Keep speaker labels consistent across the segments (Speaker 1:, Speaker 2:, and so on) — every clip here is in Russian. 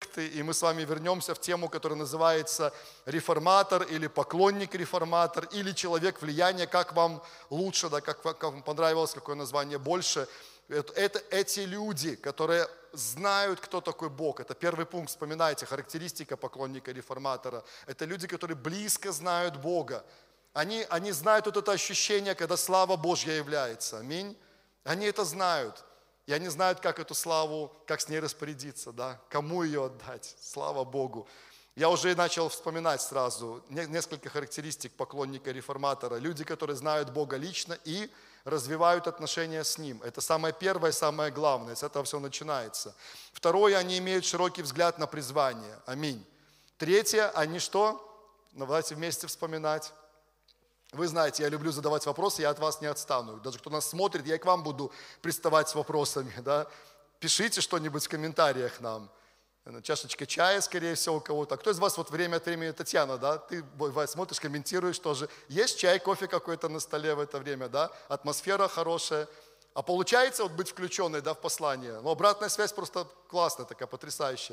Speaker 1: аспекты, и мы с вами вернемся в тему, которая называется реформатор или поклонник-реформатор, или человек влияния, как вам лучше, да, как вам понравилось, какое название больше. Это эти люди, которые знают, кто такой Бог. Это первый пункт, вспоминайте, характеристика поклонника-реформатора. Это люди, которые близко знают Бога. Они знают вот это ощущение, когда слава Божья является. Аминь. Они это знают. И они знают, как эту славу, как с ней распорядиться, да? Кому ее отдать. Слава Богу. Я уже начал вспоминать сразу несколько характеристик поклонника-реформатора. Люди, которые знают Бога лично и развивают отношения с Ним. Это самое первое, самое главное. С этого все начинается. Второе, они имеют широкий взгляд на призвание. Аминь. Третье, они что? Давайте вместе вспоминать. Вы знаете, я люблю задавать вопросы, я от вас не отстану. Даже кто нас смотрит, я и к вам буду приставать с вопросами. Да? Пишите что-нибудь в комментариях нам. Чашечка чая, скорее всего, у кого-то. А кто из вас вот время от времени, Татьяна, да? Ты смотришь, комментируешь тоже. Есть чай, кофе какой-то на столе в это время, да? Атмосфера хорошая. А получается вот быть включенной, да, в послание? Ну, обратная связь просто классная такая, потрясающая.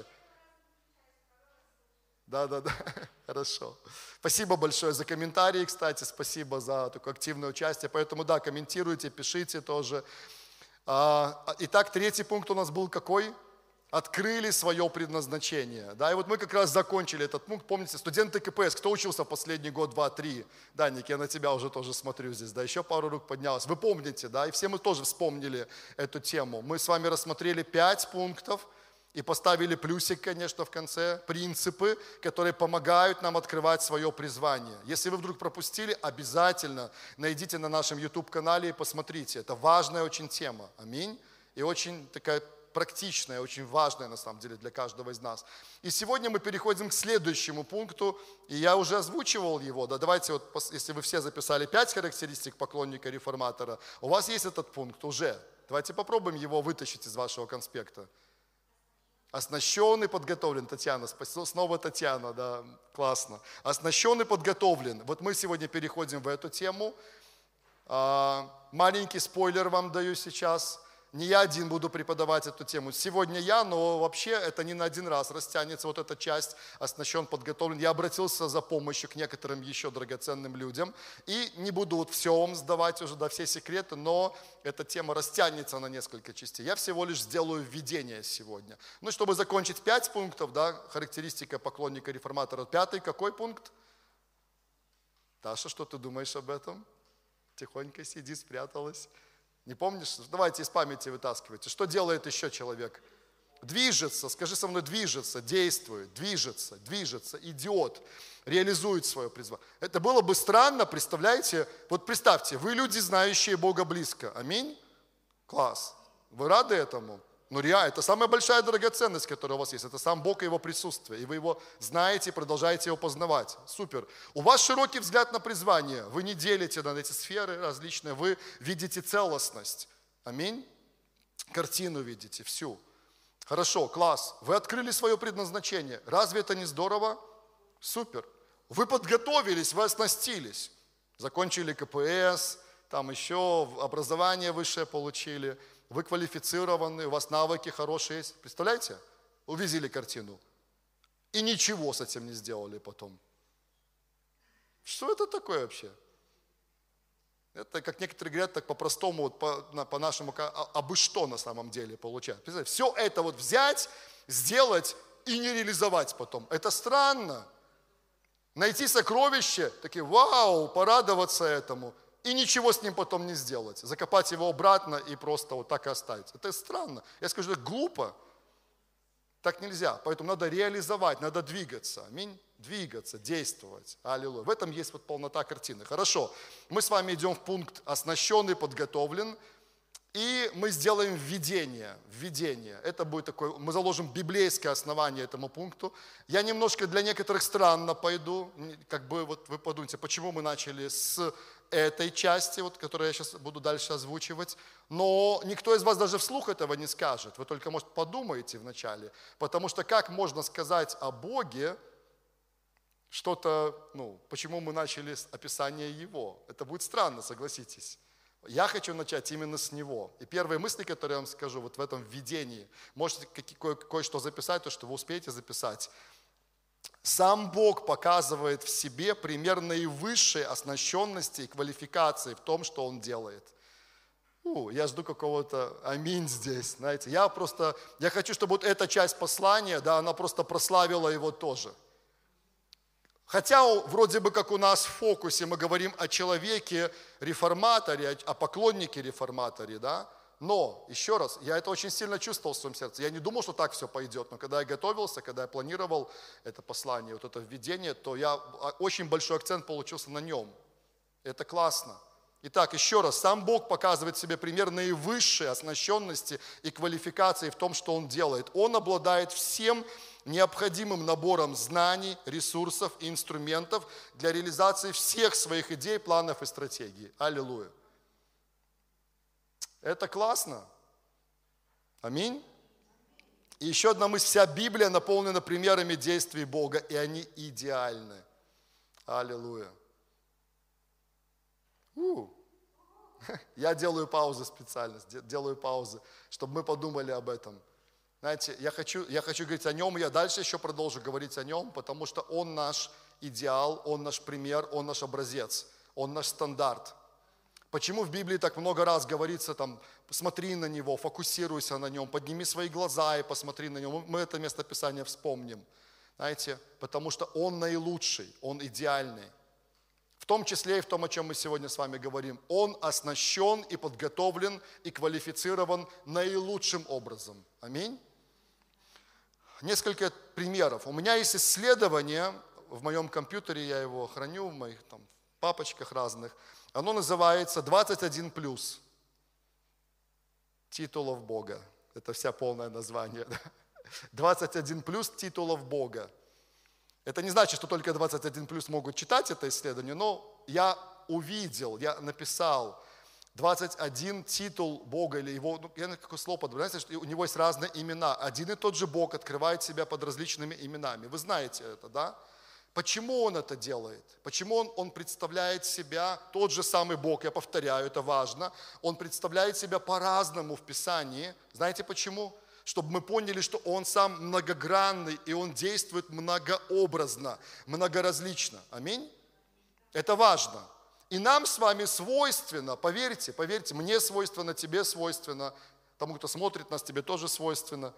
Speaker 1: Да, хорошо. Спасибо большое за комментарии, кстати, спасибо за такое активное участие. Поэтому, да, комментируйте, пишите тоже. Итак, третий пункт у нас был какой? Открыли свое предназначение. Да, и вот мы как раз закончили этот пункт. Помните, студенты КПС, кто учился в последний год, 2, 3? Даник, я на тебя уже тоже смотрю здесь, да, еще пару рук поднялось. Вы помните, да, и все мы тоже вспомнили эту тему. Мы с вами рассмотрели 5 пунктов и поставили плюсик, конечно, в конце, принципы, которые помогают нам открывать свое призвание. Если вы вдруг пропустили, обязательно найдите на нашем YouTube-канале и посмотрите. Это важная очень тема. Аминь. И очень такая практичная, очень важная на самом деле для каждого из нас. И сегодня мы переходим к следующему пункту, и я уже озвучивал его. Да, давайте вот, если вы все записали 5 характеристик поклонника-реформатора, у вас есть этот пункт уже. Давайте попробуем его вытащить из вашего конспекта. Оснащенный, подготовлен. Татьяна, спасибо. Снова Татьяна, да, классно. Оснащенный, подготовлен. Вот мы сегодня переходим в эту тему. Маленький спойлер вам даю сейчас. Не я один буду преподавать эту тему. Сегодня я, но вообще это не на один раз растянется вот эта часть, оснащен, подготовлен. Я обратился за помощью к некоторым еще драгоценным людям. И не буду вот все вам сдавать уже, да, все секреты, но эта тема растянется на несколько частей. Я всего лишь сделаю введение сегодня. Ну, чтобы закончить 5 пунктов, да, характеристика поклонника-реформатора. 5-й какой пункт? Таша, что ты думаешь об этом? Тихонько сиди, спряталась. Не помнишь? Давайте из памяти вытаскивайте. Что делает еще человек? Движется, скажи со мной, движется, действует, движется, идет, реализует свое призвание. Это было бы странно, представляете? Вот представьте, вы люди, знающие Бога близко. Аминь? Класс. Вы рады этому? Ну реально, это самая большая драгоценность, которая у вас есть. Это сам Бог и Его присутствие. И вы Его знаете и продолжаете Его познавать. Супер. У вас широкий взгляд на призвание. Вы не делите на эти сферы различные. Вы видите целостность. Аминь. Картину видите всю. Хорошо, класс. Вы открыли свое предназначение. Разве это не здорово? Супер. Вы подготовились, вы оснастились. Закончили КПС, там еще образование высшее получили. Вы квалифицированы, у вас навыки хорошие есть. Представляете? Увидели картину. И ничего с этим не сделали потом. Что это такое вообще? Это, как некоторые говорят, так по-простому, вот по-нашему, а бы что на самом деле получается. Представляете? Все это вот взять, сделать и не реализовать потом. Это странно. Найти сокровище, такие, вау, порадоваться этому. И ничего с ним потом не сделать. Закопать его обратно и просто вот так и оставить. Это странно. Я скажу, это глупо. Так нельзя. Поэтому надо реализовать, надо двигаться. Аминь. Двигаться, действовать. Аллилуйя. В этом есть вот полнота картины. Хорошо. Мы с вами идем в пункт оснащенный, подготовлен. И мы сделаем введение. Это будет такое, мы заложим библейское основание этому пункту. Я немножко для некоторых странно пойду. Как бы вот вы подумайте, почему мы начали с этой части, вот, которую я сейчас буду дальше озвучивать. Но никто из вас даже вслух этого не скажет. Вы только, может, подумаете вначале. Потому что как можно сказать о Боге что-то, почему мы начали с описания Его? Это будет странно, согласитесь. Я хочу начать именно с него. И первые мысли, которые я вам скажу, вот в этом введении, можете кое-что записать, то, что вы успеете записать. Сам Бог показывает в себе пример наивысшей оснащенности и квалификации в том, что Он делает. Я жду какого-то аминь здесь, знаете. Я хочу, чтобы вот эта часть послания, да, она просто прославила Его тоже. Хотя вроде бы как у нас в фокусе мы говорим о человеке-реформаторе, о поклоннике-реформаторе, да, но, еще раз, я это очень сильно чувствовал в своем сердце. Я не думал, что так все пойдет, но когда я готовился, когда я планировал это послание, вот это введение, то очень большой акцент получился на нем. Это классно. Итак, еще раз, сам Бог показывает себе пример наивысшей оснащенности и квалификации в том, что Он делает. Он обладает всем необходимым набором знаний, ресурсов и инструментов для реализации всех своих идей, планов и стратегий. Аллилуйя. Это классно. Аминь. И еще одна мысль. Вся Библия наполнена примерами действий Бога, и они идеальны. Аллилуйя. Я делаю паузы специально, делаю паузы, чтобы мы подумали об этом. Знаете, я хочу говорить о нем, и я дальше еще продолжу говорить о нем, потому что он наш идеал, он наш пример, он наш образец, он наш стандарт. Почему в Библии так много раз говорится, там, посмотри на него, фокусируйся на нем, подними свои глаза и посмотри на него. Мы это местописание вспомним. Знаете, потому что он наилучший, он идеальный. В том числе и в том, о чем мы сегодня с вами говорим. Он оснащен и подготовлен и квалифицирован наилучшим образом. Аминь. Несколько примеров. У меня есть исследование в моем компьютере, я его храню в моих там папочках разных. Оно называется 21+. Титулов Бога. Это вся полное название. 21+ титулов Бога. Это не значит, что только 21+ могут читать это исследование, но я увидел, я написал 21 титул Бога или его, я на какое слово подбираю, знаете, что у него есть разные имена. Один и тот же Бог открывает себя под различными именами. Вы знаете это, да? Почему Он это делает? Почему Он представляет себя, тот же самый Бог, я повторяю, это важно, Он представляет себя по-разному в Писании. Знаете почему? Чтобы мы поняли, что Он сам многогранный, и Он действует многообразно, многоразлично. Аминь? Это важно. И нам с вами свойственно, поверьте, мне свойственно, тебе свойственно, тому, кто смотрит нас, тебе тоже свойственно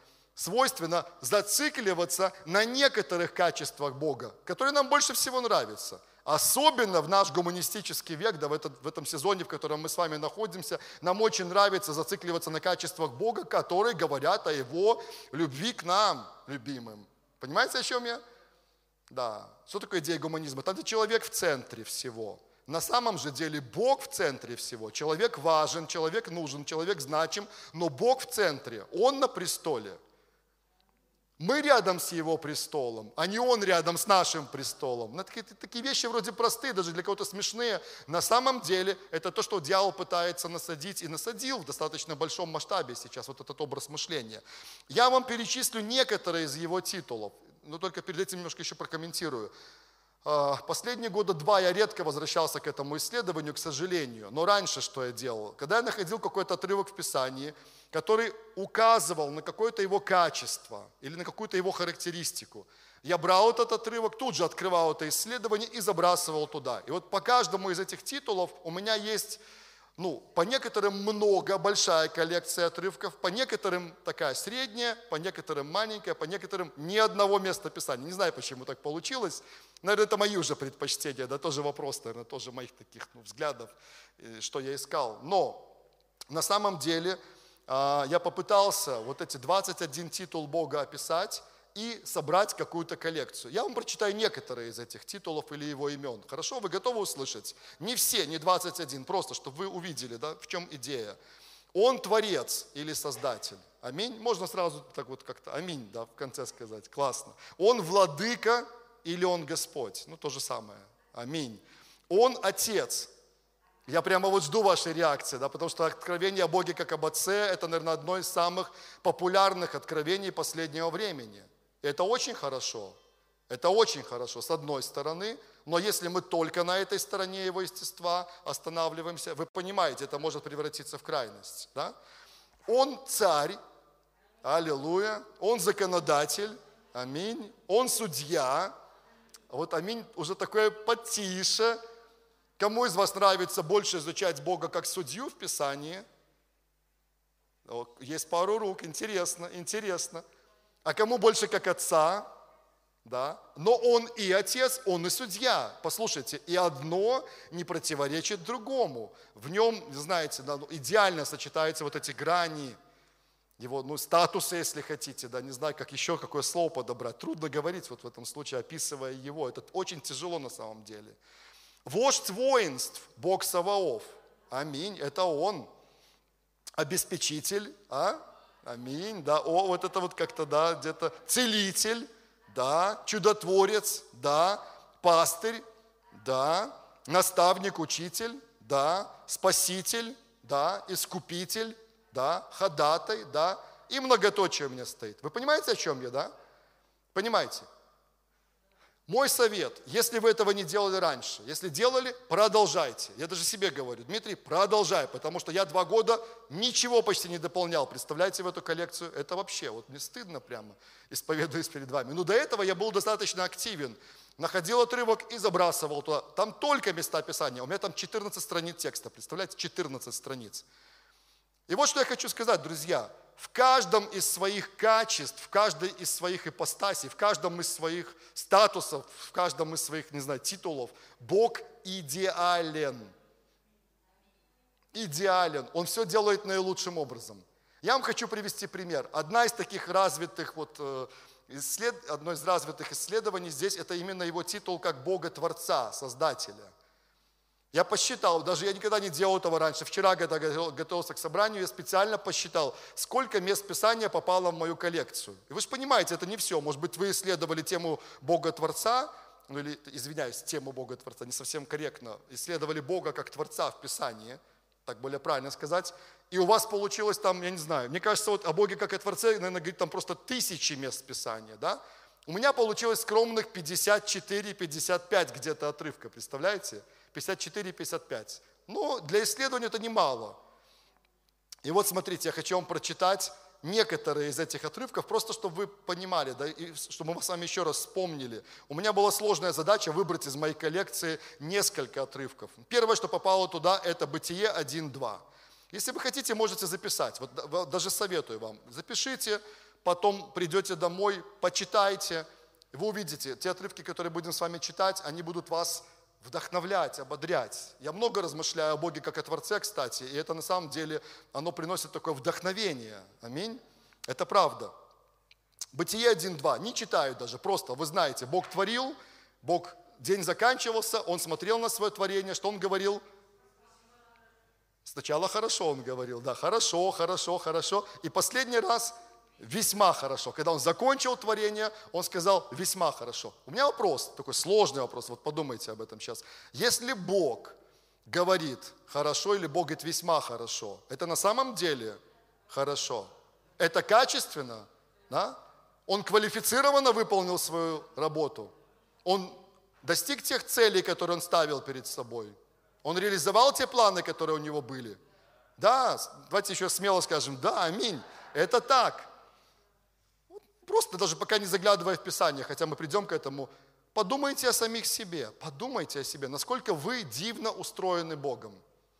Speaker 1: зацикливаться на некоторых качествах Бога, которые нам больше всего нравятся. Особенно в наш гуманистический век, да, в этом сезоне, в котором мы с вами находимся, нам очень нравится зацикливаться на качествах Бога, которые говорят о Его любви к нам, любимым. Понимаете, о чем я? Да. Что такое идея гуманизма? Там, где человек в центре всего. На самом же деле Бог в центре всего. Человек важен, человек нужен, человек значим, но Бог в центре. Он на престоле. Мы рядом с Его престолом, а не Он рядом с нашим престолом. Такие вещи вроде простые, даже для кого-то смешные. На самом деле это то, что дьявол пытается насадить и насадил в достаточно большом масштабе сейчас, вот этот образ мышления. Я вам перечислю некоторые из его титулов, но только перед этим немножко еще прокомментирую. Последние года 2 я редко возвращался к этому исследованию, к сожалению. Но раньше что я делал? Когда я находил какой-то отрывок в Писании, который указывал на какое-то его качество или на какую-то его характеристику, я брал этот отрывок, тут же открывал это исследование и забрасывал туда. И вот по каждому из этих титулов у меня есть, по некоторым большая коллекция отрывков, по некоторым такая средняя, по некоторым маленькая, по некоторым ни одного места Писания. Не знаю, почему так получилось. Наверное, это мои уже предпочтения, да, тоже вопрос, наверное, тоже моих таких взглядов, что я искал. Но на самом деле я попытался вот эти 21 титул Бога описать и собрать какую-то коллекцию. Я вам прочитаю некоторые из этих титулов или его имен. Хорошо? Вы готовы услышать? Не все, не 21, просто, чтобы вы увидели, да, в чем идея. Он творец или создатель. Аминь. Можно сразу так вот как-то аминь, да, в конце сказать. Классно. Он владыка или он Господь. То же самое. Аминь. Он отец. Я прямо вот жду вашей реакции, да, потому что откровение о Боге как об Отце – это, наверное, одно из самых популярных откровений последнего времени. И это очень хорошо. Это очень хорошо, с одной стороны, но если мы только на этой стороне его естества останавливаемся, вы понимаете, это может превратиться в крайность. Да? Он царь, аллилуйя, он законодатель, аминь, он судья, вот аминь уже такое потише. Кому из вас нравится больше изучать Бога как судью в Писании? Есть пару рук, интересно, интересно. А кому больше как отца? Да? Но он и отец, он и судья. Послушайте, и одно не противоречит другому. В нем, знаете, идеально сочетаются вот эти грани его статуса, если хотите. Да, не знаю, как еще какое слово подобрать. Трудно говорить вот в этом случае, описывая его. Это очень тяжело на самом деле. Вождь воинств, Бог Саваоф. Аминь, это он. Обеспечитель, аминь, да, вот это вот как-то, да, где-то целитель, да, чудотворец, да, пастырь, да, наставник, учитель, да, спаситель, да, искупитель, да, ходатай, да, и многоточие у меня стоит. Вы понимаете, о чем я, да? Понимаете? Мой совет, если вы этого не делали раньше, если делали, продолжайте. Я даже себе говорю, Дмитрий, продолжай, потому что я 2 года ничего почти не дополнял. Представляете, в эту коллекцию? Это вообще, вот мне стыдно прямо, исповедуюсь перед вами. Но до этого я был достаточно активен. Находил отрывок и забрасывал туда. Там только места Писания. У меня там 14 страниц текста, представляете, 14 страниц. И вот что я хочу сказать, друзья. В каждом из своих качеств, в каждой из своих ипостасей, в каждом из своих статусов, в каждом из своих, не знаю, титулов, Бог идеален. Идеален. Он все делает наилучшим образом. Я вам хочу привести пример. Одно из развитых исследований здесь, это именно его титул как Бога-творца, Создателя. Я посчитал, даже я никогда не делал этого раньше. Вчера, когда готовился к собранию, я специально посчитал, сколько мест Писания попало в мою коллекцию. И вы же понимаете, это не все. Может быть, вы исследовали тему Бога-творца, или, извиняюсь, тему Бога-творца, не совсем корректно, исследовали Бога как Творца в Писании, так более правильно сказать, и у вас получилось там, я не знаю, мне кажется, вот о Боге как о Творце, наверное, говорит там просто 1000 мест Писания, да? У меня получилось скромных 54-55 где-то отрывка, представляете? 54-55. Ну, для исследования это немало. И вот смотрите, я хочу вам прочитать некоторые из этих отрывков, просто чтобы вы понимали, да, и чтобы мы с вами еще раз вспомнили. У меня была сложная задача выбрать из моей коллекции несколько отрывков. Первое, что попало туда, это Бытие 1:2. Если вы хотите, можете записать. Вот даже советую вам. Запишите, потом придете домой, почитайте. Вы увидите, те отрывки, которые будем с вами читать, они будут вас вдохновлять, ободрять. Я много размышляю о Боге как о Творце, кстати, и это на самом деле, оно приносит такое вдохновение. Аминь. Это правда. Бытие 1:2. Не читаю даже, просто вы знаете, Бог творил, Бог, день заканчивался, Он смотрел на свое творение, что Он говорил? Сначала хорошо Он говорил, да, хорошо, хорошо, хорошо. И последний раз весьма хорошо. Когда Он закончил творение, Он сказал весьма хорошо. У меня вопрос, такой сложный вопрос, вот подумайте об этом сейчас. Если Бог говорит хорошо или Бог говорит весьма хорошо, это на самом деле хорошо? Это качественно? Да? Он квалифицированно выполнил свою работу? Он достиг тех целей, которые Он ставил перед собой? Он реализовал те планы, которые у Него были? Да, давайте еще смело скажем, да, аминь, это так. Просто даже пока не заглядывая в Писание, хотя мы придем к этому, подумайте о самих себе, подумайте о себе, насколько вы дивно устроены Богом.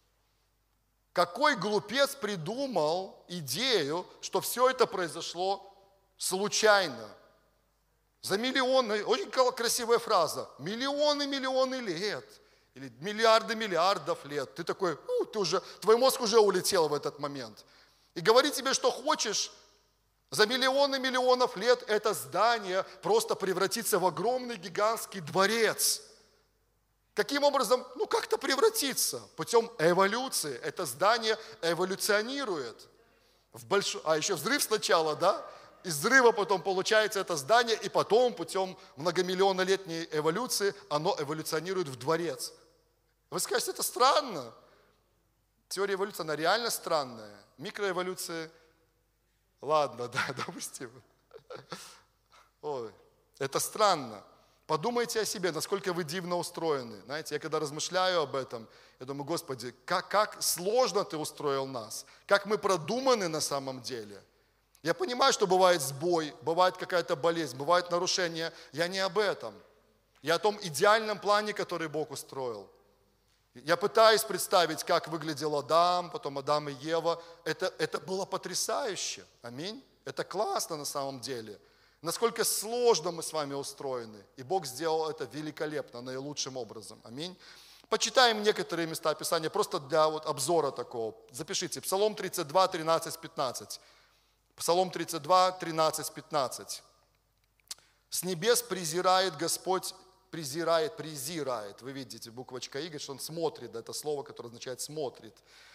Speaker 1: Какой глупец придумал идею, что все это произошло случайно? За миллионы, очень красивая фраза, миллионы лет, или миллиарды миллиардов лет. Ты такой, твой мозг уже улетел в этот момент. И говори тебе, что хочешь. За миллионы миллионов лет это здание просто превратится в огромный гигантский дворец. Каким образом? Как-то превратится. Путем эволюции. Это здание эволюционирует. А еще взрыв сначала, да? Из взрыва потом получается это здание, и потом путем многомиллионнолетней эволюции оно эволюционирует в дворец. Вы скажете, это странно. Теория эволюции, она реально странная. Микроэволюция. Ладно, да, допустим. Ой, это странно. Подумайте о себе, насколько вы дивно устроены. Знаете, я когда размышляю об этом, я думаю, Господи, как сложно Ты устроил нас, как мы продуманы на самом деле. Я понимаю, что бывает сбой, бывает какая-то болезнь, бывает нарушение. Я не об этом. Я о том идеальном плане, который Бог устроил. Я пытаюсь представить, как выглядел Адам, потом Адам и Ева. Это было потрясающе. Аминь. Это классно на самом деле. Насколько сложно мы с вами устроены. И Бог сделал это великолепно, наилучшим образом. Аминь. Почитаем некоторые места Писания, просто для обзора такого. Запишите. Псалом 32, 13, 15. Псалом 32, 13, 15. «С небес презирает Господь», презирает. Вы видите, буквочка «и», что Он смотрит. Это слово, которое означает «смотрит».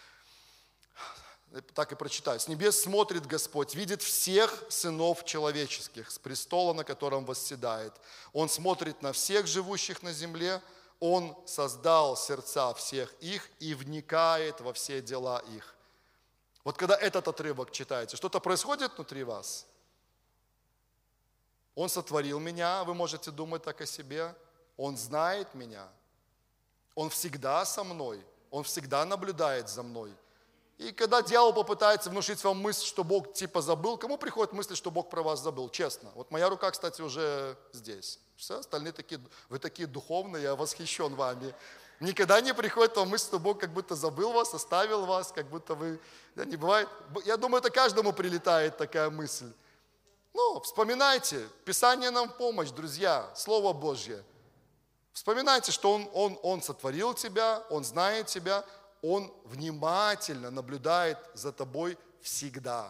Speaker 1: Так и прочитаю. «С небес смотрит Господь, видит всех сынов человеческих, с престола, на котором восседает. Он смотрит на всех живущих на земле, Он создал сердца всех их и вникает во все дела их». Вот когда этот отрывок читаете, что-то происходит внутри вас? Он сотворил меня, вы можете думать так о себе. Он знает меня. Он всегда со мной. Он всегда наблюдает за мной. И когда дьявол попытается внушить вам мысль, что Бог типа забыл, кому приходит мысль, что Бог про вас забыл? Честно. Вот моя рука, кстати, уже здесь. Все остальные такие, вы такие духовные, я восхищен вами. Никогда не приходит вам мысль, что Бог как будто забыл вас, оставил вас, как будто вы... Да, не бывает. Я думаю, это каждому прилетает такая мысль. Ну, вспоминайте, Писание нам в помощь, друзья, Слово Божье. Вспоминайте, что Он сотворил тебя, Он знает тебя, Он внимательно наблюдает за тобой всегда.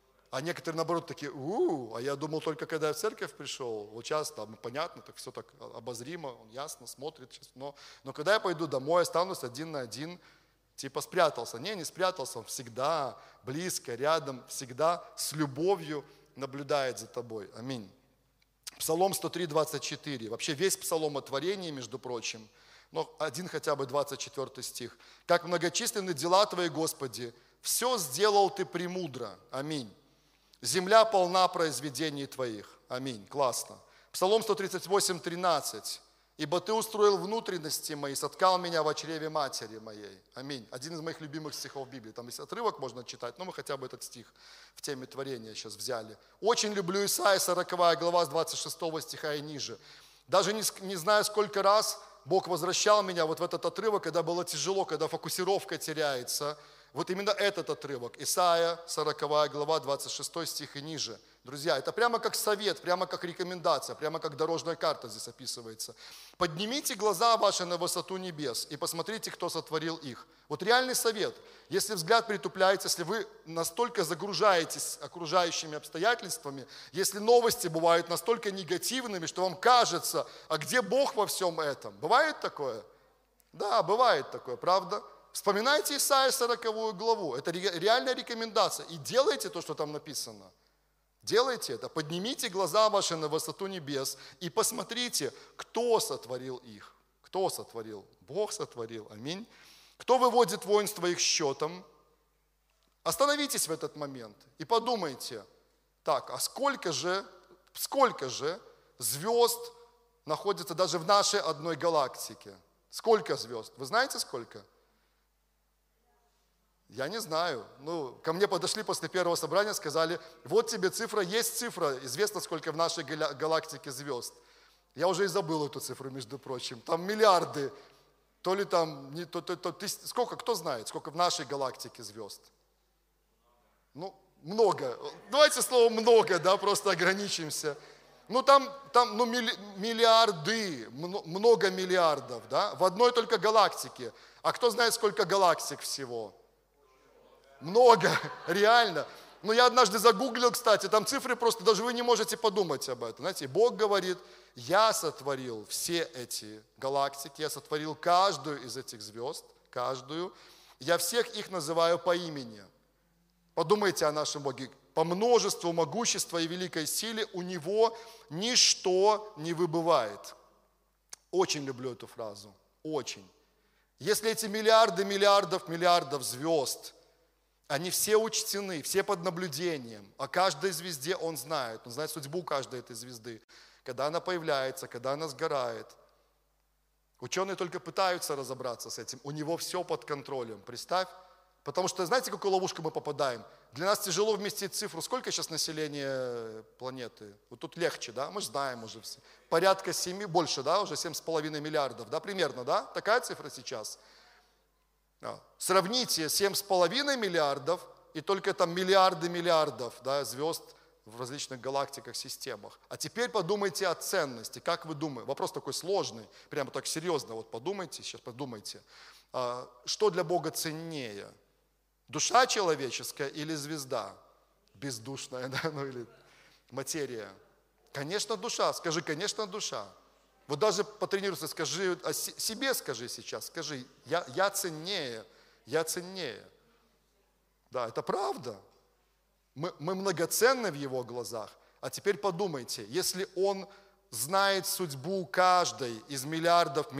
Speaker 1: А некоторые, наоборот, такие, а я думал только, когда я в церковь пришел. Вот сейчас там понятно, так все так обозримо, Он ясно смотрит. Но когда я пойду домой, останусь один на один, типа спрятался. Не спрятался, Он всегда близко, рядом, всегда с любовью наблюдает за тобой. Аминь. Псалом 103, 24. Вообще весь псалом о творении, между прочим, но один хотя бы 24 стих. «Как многочисленны дела Твои, Господи, все сделал Ты премудро». Аминь. «Земля полна произведений Твоих». Аминь. Классно. Псалом 138, 13. «Ибо Ты устроил внутренности мои, соткал меня в чреве матери моей». Аминь. Один из моих любимых стихов Библии. Там есть отрывок, можно читать, но мы хотя бы этот стих в теме творения сейчас взяли. Очень люблю Исайя, 40 глава, с 26 стиха и ниже. Даже не знаю, сколько раз Бог возвращал меня вот в этот отрывок, когда было тяжело, когда фокусировка теряется. Вот именно этот отрывок. Исайя, 40 глава, 26 стих и ниже. Друзья, это прямо как совет, прямо как рекомендация, прямо как дорожная карта здесь описывается. «Поднимите глаза ваши на высоту небес и посмотрите, кто сотворил их». Вот реальный совет. Если взгляд притупляется, если вы настолько загружаетесь окружающими обстоятельствами, если новости бывают настолько негативными, что вам кажется, а где Бог во всем этом? Бывает такое? Да, бывает такое, правда? Вспоминайте Исайя 40 главу. Это реальная рекомендация. И делайте то, что там написано. Делайте это. Поднимите глаза ваши на высоту небес и посмотрите, кто сотворил их. Кто сотворил? Бог сотворил. Аминь. Кто выводит воинство их счетом? Остановитесь в этот момент и подумайте, так, а сколько же звезд находится даже в нашей одной галактике? Сколько звезд? Вы знаете сколько? Я не знаю. Ко мне подошли после первого собрания, сказали, вот тебе цифра, есть цифра, известно, сколько в нашей галактике звезд. Я уже и забыл эту цифру, между прочим. Там миллиарды. То ли там, сколько, кто знает, сколько в нашей галактике звезд? Много. Давайте слово много, да, просто ограничимся. Миллиарды, много миллиардов, да, в одной только галактике. А кто знает, сколько галактик всего? Много, реально. Я однажды загуглил, кстати, там цифры просто, даже вы не можете подумать об этом. Знаете, Бог говорит, я сотворил все эти галактики, я сотворил каждую из этих звезд, каждую. Я всех их называю по имени. Подумайте о нашем Боге. По множеству могущества и великой силе у Него ничто не выбывает. Очень люблю эту фразу. Очень. Если эти миллиардов звезд, они все учтены, все под наблюдением. О каждой звезде Он знает судьбу каждой этой звезды. когда она появляется, когда она сгорает. Ученые только пытаются разобраться с этим. У него все под контролем. Представь. Потому что, знаете, в какую ловушку мы попадаем? Для нас тяжело вместить цифру. Сколько сейчас населения планеты? Вот тут легче, да? Мы же знаем уже все. Порядка 7, больше, да? Уже 7,5 миллиардов, да? Примерно, да? Такая цифра сейчас. Да. Сравните 7,5 миллиардов и только там миллиарды миллиардов, да, звезд в различных галактиках, системах. А теперь подумайте о ценности. Как вы думаете? Вопрос такой сложный. Прямо так серьезно. Вот подумайте, сейчас подумайте. Что для Бога ценнее? Душа человеческая или звезда? Бездушная, да, ну или материя? Конечно, душа. Скажи, конечно, душа. Вот даже потренируйся, скажи, себе скажи сейчас, скажи, я ценнее, я ценнее. Да, это правда. Мы многоценны в Его глазах. А теперь подумайте, если Он знает судьбу каждой из миллиардов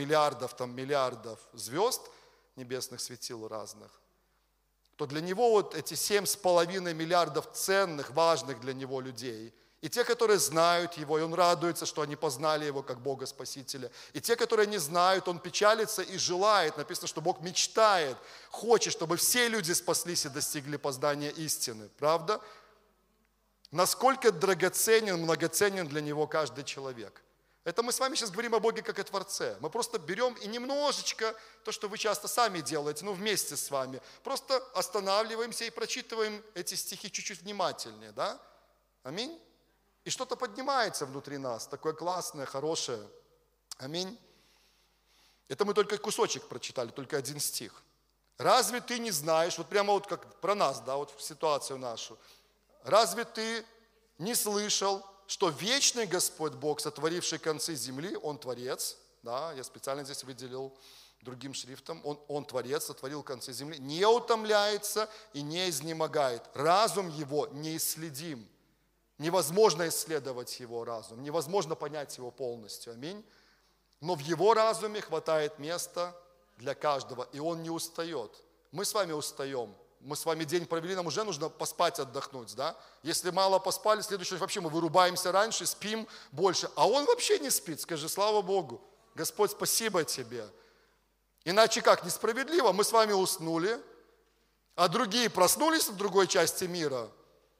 Speaker 1: звезд, небесных светил разных, то для Него вот эти 7,5 миллиардов ценных, важных для Него людей, и те, которые знают Его, и Он радуется, что они познали Его как Бога Спасителя, и те, которые не знают, Он печалится и желает, написано, что Бог мечтает, хочет, чтобы все люди спаслись и достигли познания истины, правда? Насколько драгоценен, многоценен для Него каждый человек. Это мы с вами сейчас говорим о Боге как о Творце. Мы просто берем и немножечко, то, что вы часто сами делаете, вместе с вами, просто останавливаемся и прочитываем эти стихи чуть-чуть внимательнее, да? Аминь. И что-то поднимается внутри нас, такое классное, хорошее. Аминь. Это мы только кусочек прочитали, только один стих. Разве ты не знаешь, вот прямо вот как про нас, да, вот в ситуацию нашу, разве ты не слышал, что вечный Господь Бог, сотворивший концы земли, Он Творец, да, я специально здесь выделил другим шрифтом, Он Творец, сотворил концы земли, не утомляется и не изнемогает. Разум Его неисследим. Невозможно исследовать Его разум, невозможно понять Его полностью, аминь. Но в Его разуме хватает места для каждого, и Он не устает. Мы с вами устаем. Мы с вами день провели, нам уже нужно поспать, отдохнуть, да? Если мало поспали, следующий вообще мы вырубаемся раньше, спим больше. А Он вообще не спит, скажи, слава Богу. Господь, спасибо Тебе. Иначе как, несправедливо, мы с вами уснули, а другие проснулись в другой части мира.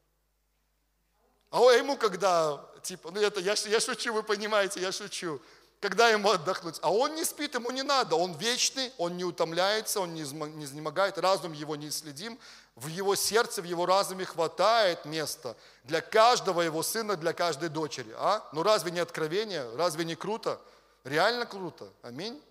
Speaker 1: А ему когда, я шучу, вы понимаете, я шучу. Когда ему отдохнуть? А он не спит, ему не надо. Он вечный, он не утомляется, он не изнемогает, разум его неисследим. В его сердце, в его разуме хватает места для каждого его сына, для каждой дочери. Ну разве не откровение? Разве не круто? Реально круто. Аминь.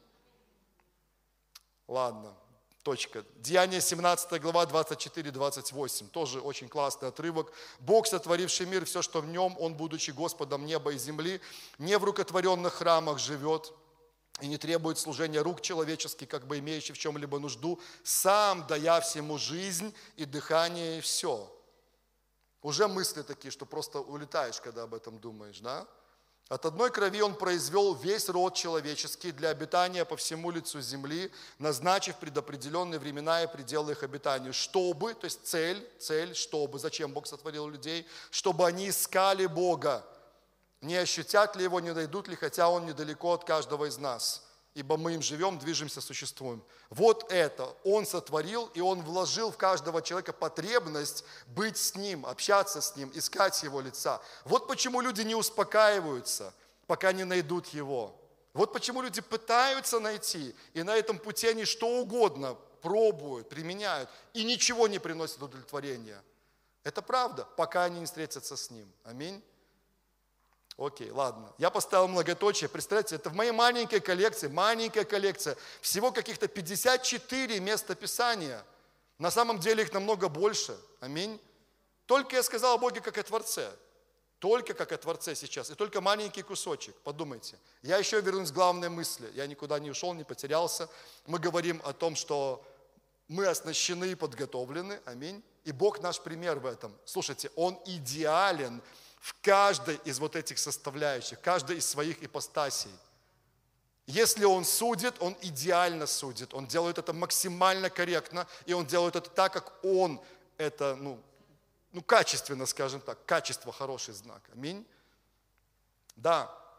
Speaker 1: Ладно, точка. Деяние 17 глава 24-28. Тоже очень классный отрывок. Бог, сотворивший мир, все, что в нем, Он, будучи Господом неба и земли, не в рукотворенных храмах живет и не требует служения рук человеческих, как бы имеющий в чем-либо нужду, сам дая всему жизнь и дыхание, и все. Уже мысли такие, что просто улетаешь, когда об этом думаешь, да? От одной крови Он произвел весь род человеческий для обитания по всему лицу земли, назначив предопределенные времена и пределы их обитанию, чтобы, то есть цель, чтобы, зачем Бог сотворил людей, чтобы они искали Бога, не ощутят ли Его, не найдут ли, хотя Он недалеко от каждого из нас, ибо мы им живем, движемся, существуем. Вот это Он сотворил, и Он вложил в каждого человека потребность быть с Ним, общаться с Ним, искать Его лица. Вот почему люди не успокаиваются, пока не найдут Его. Вот почему люди пытаются найти, и на этом пути они что угодно пробуют, применяют, и ничего не приносит удовлетворения. Это правда, пока они не встретятся с Ним. Аминь. Окей, ладно. Я поставил многоточие. Представляете, это в моей маленькая коллекция, всего каких-то 54 места Писания. На самом деле их намного больше. Аминь. Только я сказал о Боге как о Творце. Только как о Творце сейчас. И только маленький кусочек. Подумайте. Я еще вернусь к главной мысли. Я никуда не ушел, не потерялся. Мы говорим о том, что мы оснащены и подготовлены. Аминь. И Бог наш пример в этом. Слушайте, Он идеален в каждой из вот этих составляющих, каждой из своих ипостасей. Если Он судит, Он идеально судит. Он делает это максимально корректно, и Он делает это так, как Он это, качественно, скажем так, качество, хороший знак. Аминь. Да,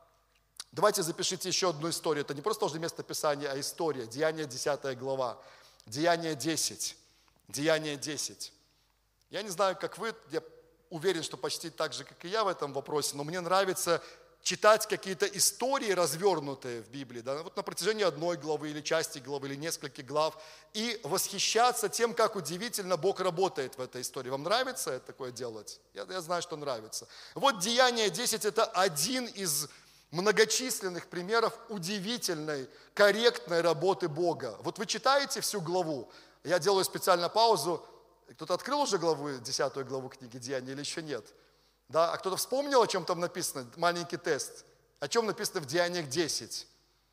Speaker 1: Давайте запишите еще одну историю. Это не просто уже место Писания, а история. Деяния 10 глава. Деяния 10. Деяния 10. Я не знаю, как вы, я уверен, что почти так же, как и я в этом вопросе, но мне нравится читать какие-то истории, развернутые в Библии, да, вот на протяжении одной главы или части главы, или нескольких глав, и восхищаться тем, как удивительно Бог работает в этой истории. Вам нравится это такое делать? Я знаю, что нравится. Вот Деяние 10 – это один из многочисленных примеров удивительной, корректной работы Бога. Вот вы читаете всю главу, я делаю специально паузу. Кто-то открыл уже главу, 10 главу книги Деяний или еще нет? Да? А кто-то вспомнил, о чем там написано? Маленький тест. О чем написано в Деяниях 10?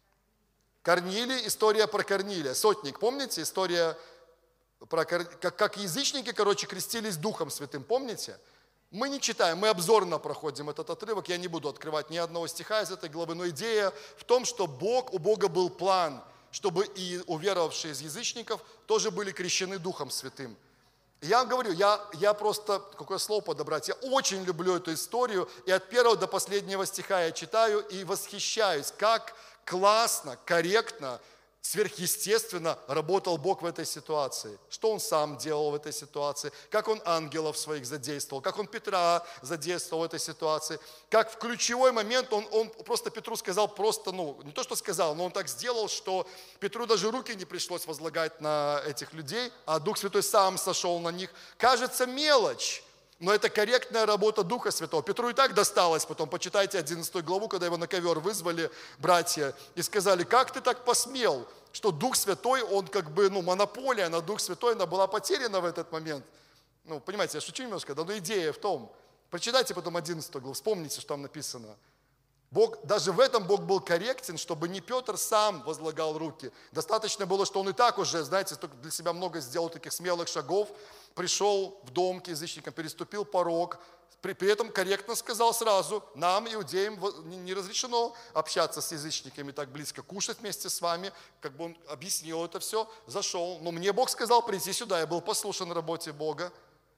Speaker 1: Корнилий, история про Корнилия. Сотник, помните? История про как язычники, крестились Духом Святым, помните? Мы не читаем, мы обзорно проходим этот отрывок. Я не буду открывать ни одного стиха из этой главы, но идея в том, что у Бога был план, чтобы и уверовавшие из язычников тоже были крещены Духом Святым. Я вам говорю, я просто, какое слово подобрать, я очень люблю эту историю, и от первого до последнего стиха я читаю и восхищаюсь, как классно, корректно, сверхъестественно работал Бог в этой ситуации. Что Он сам делал в этой ситуации, как Он ангелов своих задействовал, как Он Петра задействовал в этой ситуации, как в ключевой момент он просто Петру сказал, не то, что сказал, но Он так сделал, что Петру даже руки не пришлось возлагать на этих людей, а Дух Святой сам сошел на них. Кажется, мелочь. Но это корректная работа Духа Святого. Петру и так досталось потом. Почитайте 11 главу, когда его на ковер вызвали братья и сказали, как ты так посмел, что Дух Святой, он монополия на Дух Святой, она была потеряна в этот момент. Понимаете, я шучу немножко, но идея в том. Прочитайте потом 11 главу, вспомните, что там написано. Даже в этом Бог был корректен, чтобы не Петр сам возлагал руки. Достаточно было, что он и так уже, для себя много сделал таких смелых шагов, пришел в дом к язычникам, переступил порог, при этом корректно сказал сразу, нам, иудеям, не разрешено общаться с язычниками так близко, кушать вместе с вами, он объяснил это все, зашел. Но мне Бог сказал прийти сюда, я был послушен работе Бога.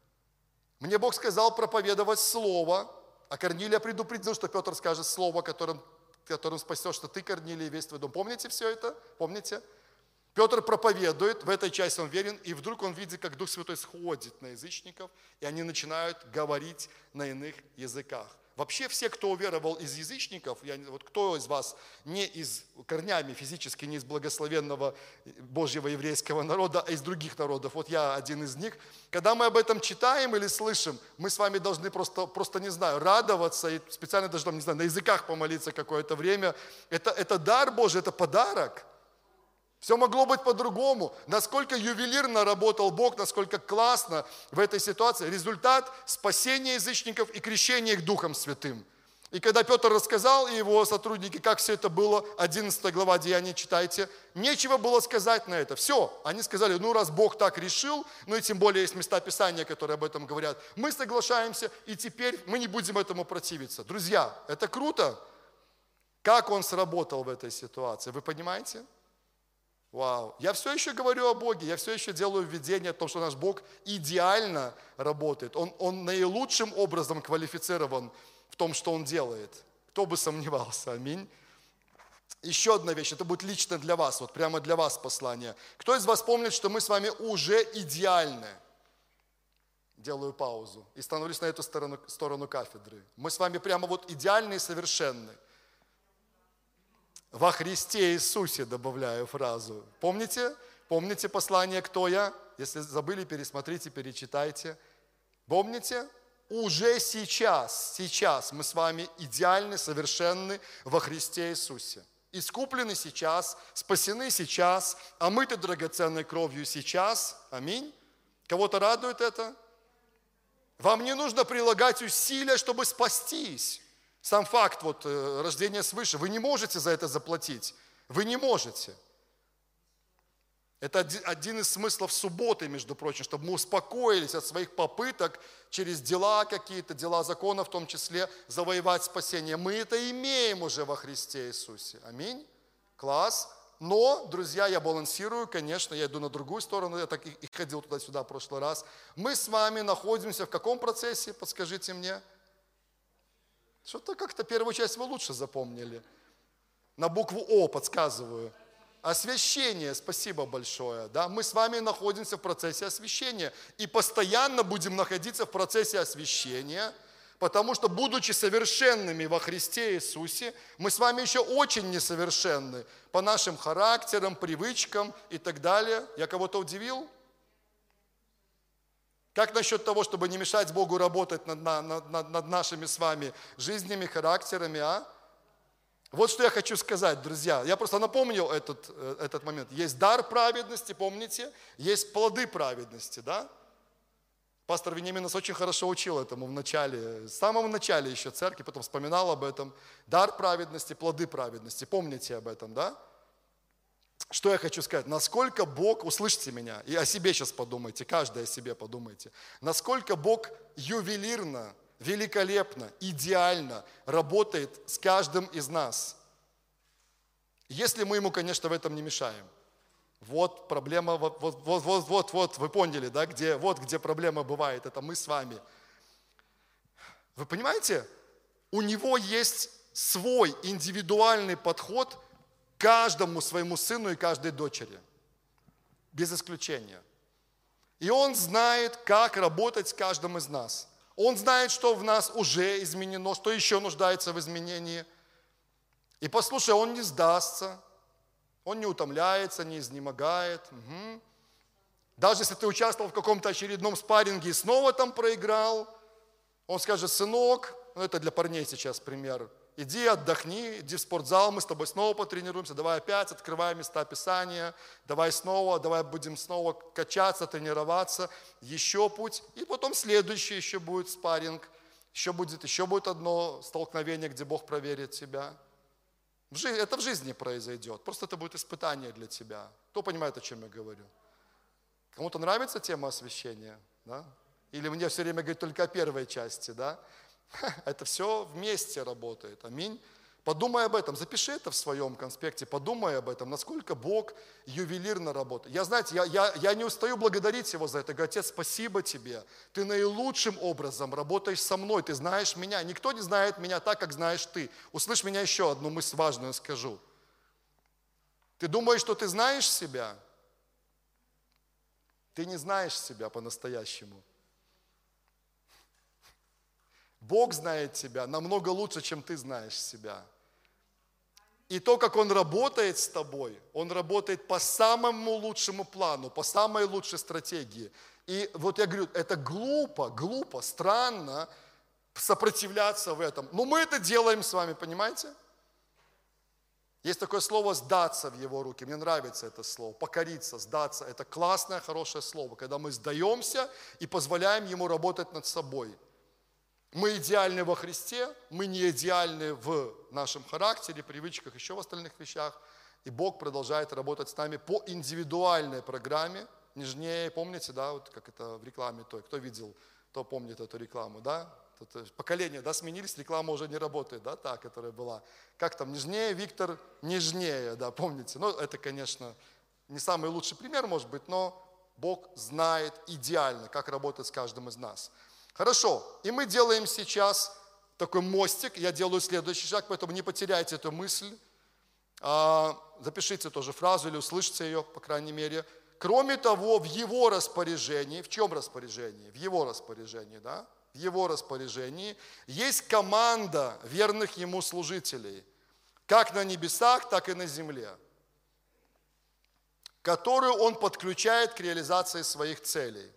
Speaker 1: Мне Бог сказал проповедовать Слово, а Корнилия предупредил, что Петр скажет слово, которым спасешь, что ты, Корнилий, весь твой дом. Помните все это? Помните? Петр проповедует, в этой части он верен, и вдруг он видит, как Дух Святой сходит на язычников, и они начинают говорить на иных языках. Вообще все, кто уверовал из язычников, кто из вас не из корнями физически, не из благословенного Божьего еврейского народа, а из других народов, я один из них, когда мы об этом читаем или слышим, мы с вами должны просто не знаю, радоваться, и специально даже, не знаю, на языках помолиться какое-то время. Это дар Божий, это подарок. Все могло быть по-другому. Насколько ювелирно работал Бог, насколько классно в этой ситуации. Результат спасения язычников и крещения их Духом Святым. И когда Петр рассказал, и его сотрудники, как все это было, 11 глава Деяний читайте, нечего было сказать на это. Все, они сказали, раз Бог так решил, и тем более есть места Писания, которые об этом говорят, мы соглашаемся, и теперь мы не будем этому противиться. Друзья, это круто. Как Он сработал в этой ситуации, вы понимаете? Вау. Я все еще говорю о Боге, я все еще делаю введение о том, что наш Бог идеально работает. Он наилучшим образом квалифицирован в том, что Он делает. Кто бы сомневался, аминь. Еще одна вещь, это будет лично для вас, прямо для вас послание. Кто из вас помнит, что мы с вами уже идеальны? Делаю паузу и становлюсь на эту сторону кафедры. Мы с вами прямо идеальны и совершенны. Во Христе Иисусе добавляю фразу. Помните? Помните послание «Кто я»? Если забыли, пересмотрите, перечитайте. Помните? Уже сейчас мы с вами идеальны, совершенны во Христе Иисусе. Искуплены сейчас, спасены сейчас, омыты драгоценной кровью сейчас. Аминь. Кого-то радует это? Вам не нужно прилагать усилия, чтобы спастись. Сам факт рождения свыше, вы не можете за это заплатить. Вы не можете. Это один из смыслов субботы, между прочим, чтобы мы успокоились от своих попыток через дела какие-то, дела закона в том числе, завоевать спасение. Мы это имеем уже во Христе Иисусе. Аминь. Класс. Но, друзья, я балансирую, конечно, я иду на другую сторону, я так и ходил туда-сюда в прошлый раз. Мы с вами находимся в каком процессе, подскажите мне? Что-то как-то первую часть вы лучше запомнили. На букву О подсказываю. Освящение, спасибо большое. Да? Мы с вами находимся в процессе освящения. И постоянно будем находиться в процессе освящения, потому что, будучи совершенными во Христе Иисусе, мы с вами еще очень несовершенны по нашим характерам, привычкам и так далее. Я кого-то удивил? Как насчет того, чтобы не мешать Богу работать над нашими с вами жизнями, характерами, а? Вот что я хочу сказать, друзья. Я просто напомнил этот момент. Есть дар праведности, помните? Есть плоды праведности, да? Пастор Вениамин нас очень хорошо учил этому в начале, в самом начале еще церкви, потом вспоминал об этом. Дар праведности, плоды праведности. Помните об этом, да? Что я хочу сказать? Насколько Бог, услышьте меня, и о себе сейчас подумайте, каждый о себе подумайте. Насколько Бог ювелирно, великолепно, идеально работает с каждым из нас. Если мы ему, конечно, в этом не мешаем. Вот проблема, вот, вы поняли, да, где проблема бывает, это мы с вами. Вы понимаете, у него есть свой индивидуальный подход к каждому своему сыну и каждой дочери, без исключения. И он знает, как работать с каждым из нас. Он знает, что в нас уже изменено, что еще нуждается в изменении. И послушай, он не сдастся, он не утомляется, не изнемогает. Угу. Даже если ты участвовал в каком-то очередном спарринге и снова там проиграл, он скажет: сынок, ну это для парней сейчас пример, иди отдохни, иди в спортзал, мы с тобой снова потренируемся, давай опять открываем места Писания, давай будем снова качаться, тренироваться, еще путь, и потом следующий еще будет спарринг, еще будет одно столкновение, где Бог проверит тебя. Это в жизни произойдет, просто это будет испытание для тебя. Кто понимает, о чем я говорю? Кому-то нравится тема освящения? Да? Или мне все время говорить только о первой части, да? Это все вместе работает. Аминь. Подумай об этом, запиши это в своем конспекте, подумай об этом, насколько Бог ювелирно работает. Я не устаю благодарить Его за это. Говорю: Отец, спасибо Тебе. Ты наилучшим образом работаешь со мной, Ты знаешь меня. Никто не знает меня так, как знаешь Ты. Услышь меня, еще одну мысль важную скажу. Ты думаешь, что ты знаешь себя? Ты не знаешь себя по-настоящему. Бог знает тебя намного лучше, чем ты знаешь себя. И то, как Он работает с тобой, Он работает по самому лучшему плану, по самой лучшей стратегии. И вот я говорю, это глупо, странно сопротивляться в этом. Но мы это делаем с вами, понимаете? Есть такое слово «сдаться в Его руки». Мне нравится это слово. Покориться, сдаться. Это классное, хорошее слово, когда мы сдаемся и позволяем Ему работать над собой. Мы идеальны во Христе, мы не идеальны в нашем характере, привычках, еще в остальных вещах. И Бог продолжает работать с нами по индивидуальной программе. Нежнее, помните, да, вот как это в рекламе той. Кто видел, кто помнит эту рекламу, да? Поколения, да, сменились, реклама уже не работает, да, та, которая была. Как там, нежнее, Виктор, нежнее, да, помните? Ну, это, конечно, не самый лучший пример, может быть, но Бог знает идеально, как работать с каждым из нас. Хорошо, и мы делаем сейчас такой мостик, я делаю следующий шаг, поэтому не потеряйте эту мысль. Запишите тоже фразу или услышьте ее, по крайней мере. Кроме того, в Его распоряжении, в чем распоряжении? В Его распоряжении, да? В Его распоряжении есть команда верных Ему служителей, как на небесах, так и на земле, которую Он подключает к реализации своих целей.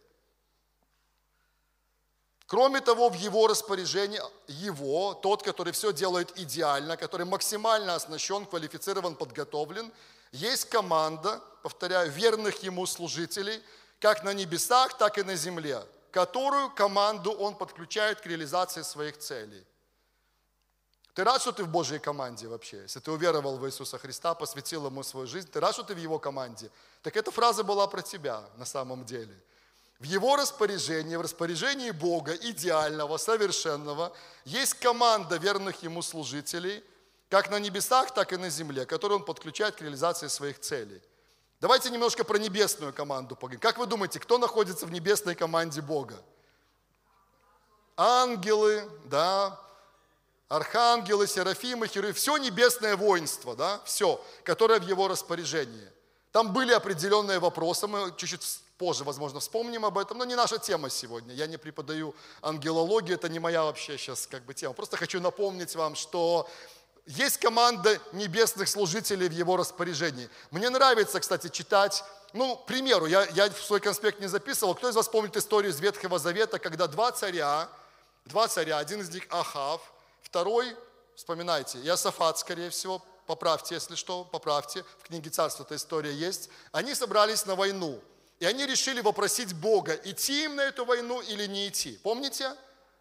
Speaker 1: Кроме того, в Его распоряжении, тот, который все делает идеально, который максимально оснащен, квалифицирован, подготовлен, есть команда, повторяю, верных Ему служителей, как на небесах, так и на земле, которую команду Он подключает к реализации своих целей. Ты рад, что ты в Божьей команде вообще? Если ты уверовал в Иисуса Христа, посвятил Ему свою жизнь, ты рад, что ты в Его команде? Так эта фраза была про тебя на самом деле. В Его распоряжении, в распоряжении Бога, идеального, совершенного, есть команда верных Ему служителей, как на небесах, так и на земле, которую Он подключает к реализации своих целей. Давайте немножко про небесную команду поговорим. Как вы думаете, кто находится в небесной команде Бога? Ангелы, да. архангелы, серафимы, херувимы, все небесное воинство, да, все, которое в его распоряжении. Там были определенные вопросы, мы чуть-чуть позже, возможно, вспомним об этом, но не наша тема сегодня. Я не преподаю ангелологию, это не моя вообще сейчас тема. Просто хочу напомнить вам, что есть команда небесных служителей в его распоряжении. Мне нравится, кстати, читать, к примеру, я в свой конспект не записывал. Кто из вас помнит историю из Ветхого Завета, когда два царя, один из них Ахав, второй, вспоминайте, Иосафат, скорее всего, поправьте, если что, поправьте, в книге Царства эта история есть. Они собрались на войну, и они решили вопросить Бога, идти им на эту войну или не идти. Помните?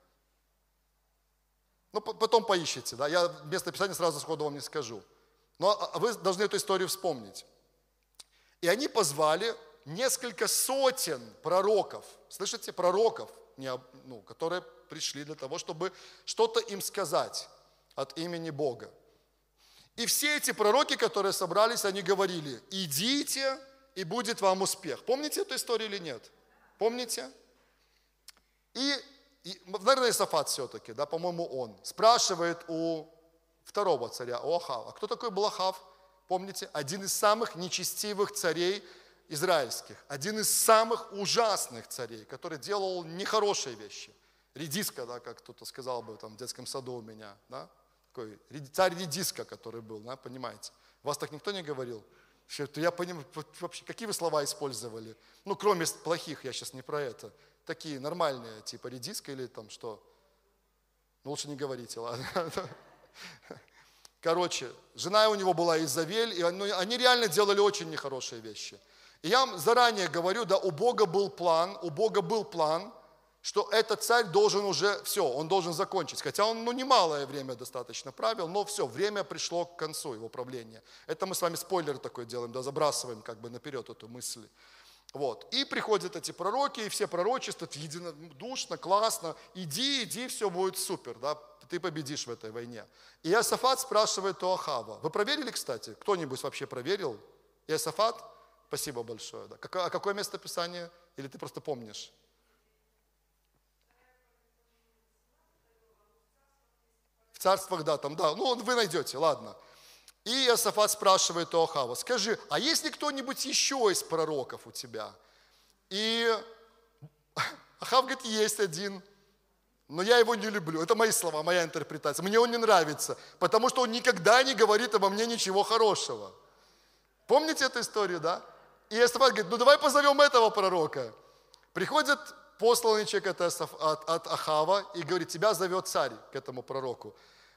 Speaker 1: Потом поищите, да, я место Писания сразу сходу вам не скажу. Но вы должны эту историю вспомнить. И они позвали несколько сотен пророков, слышите, пророков, которые пришли для того, чтобы что-то им сказать от имени Бога. И все эти пророки, которые собрались, они говорили: идите, и будет вам успех. Помните эту историю или нет? Помните? И наверное, Иосафат все-таки, да, по-моему, он спрашивает у второго царя, у Ахава. Кто такой был Ахав? Помните? Один из самых нечестивых царей израильских. Один из самых ужасных царей, который делал нехорошие вещи. Редиска, да, как кто-то сказал бы там в детском саду у меня. Да? Такой царь редиска, который был, да, понимаете? Вас так никто не говорил? Я понимаю, вообще, какие вы слова использовали? Кроме плохих, я сейчас не про это. Такие нормальные, типа редиска или там что? Лучше не говорите, ладно. Короче, жена у него была Изавель, и они реально делали очень нехорошие вещи. И я вам заранее говорю, да, у Бога был план, что этот царь должен уже, все, он должен закончить. Хотя он, немалое время достаточно правил, но все, время пришло к концу его правления. Это мы с вами спойлер такой делаем, да, забрасываем как бы наперед эту мысль. Вот. И приходят эти пророки, и все пророчествуют единодушно, классно. Иди, все будет супер, да, ты победишь в этой войне. И Иосафат спрашивает у Ахава. Вы проверили, кстати? Кто-нибудь вообще проверил? Иосафат? Спасибо большое. Да. А какое место Писания? Или ты просто помнишь? В царствах, да, там, да. Вы найдете, ладно. И Иосафат спрашивает у Ахава: скажи, а есть ли кто-нибудь еще из пророков у тебя? И Ахав говорит: есть один, но я его не люблю. Это мои слова, моя интерпретация. Мне он не нравится, потому что он никогда не говорит обо мне ничего хорошего. Помните эту историю, да? И Иосафат говорит: давай позовем этого пророка. Приходит посланный человек от Ахава и говорит: тебя зовет царь к этому пророку.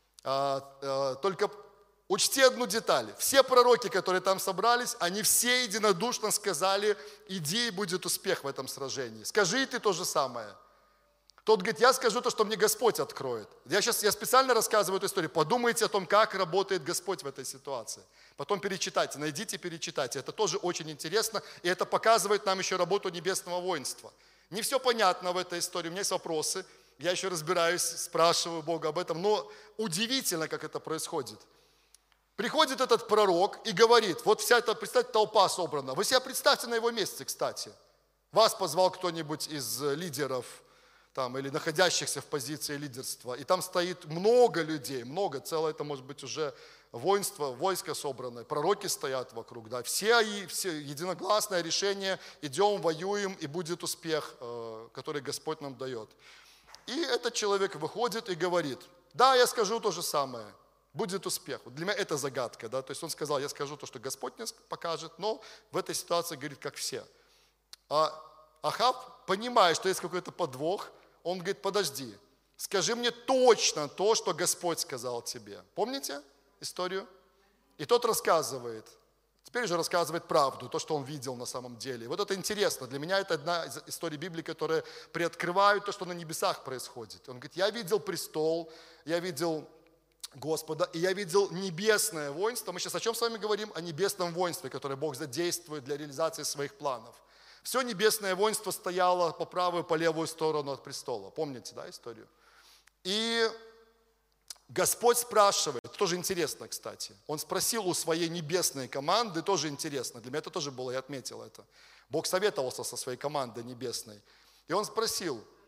Speaker 1: Только учти одну деталь. Все пророки, которые там собрались, они все единодушно сказали: иди, и будет успех в этом сражении. Скажи и ты то же самое. Тот говорит: я скажу то, что мне Господь откроет. Я специально рассказываю эту историю. Подумайте о том, как работает Господь в этой ситуации. Потом перечитайте, найдите, перечитайте. Это тоже очень интересно, и это показывает нам еще работу небесного воинства. Не все понятно в этой истории, у меня есть вопросы. Я еще разбираюсь, спрашиваю Бога об этом, но удивительно, как это происходит. Приходит этот пророк и говорит: вот вся эта, представьте, толпа собрана. Вы себя представьте на его месте, кстати. Вас позвал кто-нибудь из лидеров там, или находящихся в позиции лидерства, и там стоит много людей, целое, это может быть уже войско собранное, пророки стоят вокруг, да, все единогласное решение: идем, воюем, и будет успех, который Господь нам дает. И этот человек выходит и говорит: да, я скажу то же самое. Будет успех. Для меня это загадка, да, то есть он сказал: я скажу то, что Господь мне покажет, но в этой ситуации говорит, как все. А Ахав, понимая, что есть какой-то подвох, он говорит: подожди, скажи мне точно то, что Господь сказал тебе. Помните историю? И тот рассказывает, теперь уже рассказывает правду, то, что он видел на самом деле. И вот это интересно, для меня это одна из историй Библии, которые приоткрывают то, что на небесах происходит. Он говорит: я видел престол, я видел Господа, и я видел небесное воинство. Мы сейчас о чем с вами говорим? О небесном воинстве, которое Бог задействует для реализации своих планов. Все небесное воинство стояло по правую, по левую сторону от престола. Помните, да, историю? И Господь спрашивает, тоже интересно, кстати, Он спросил у своей небесной команды, тоже интересно, для меня это тоже было, я отметил это. Бог советовался со своей командой небесной. И Он спросил: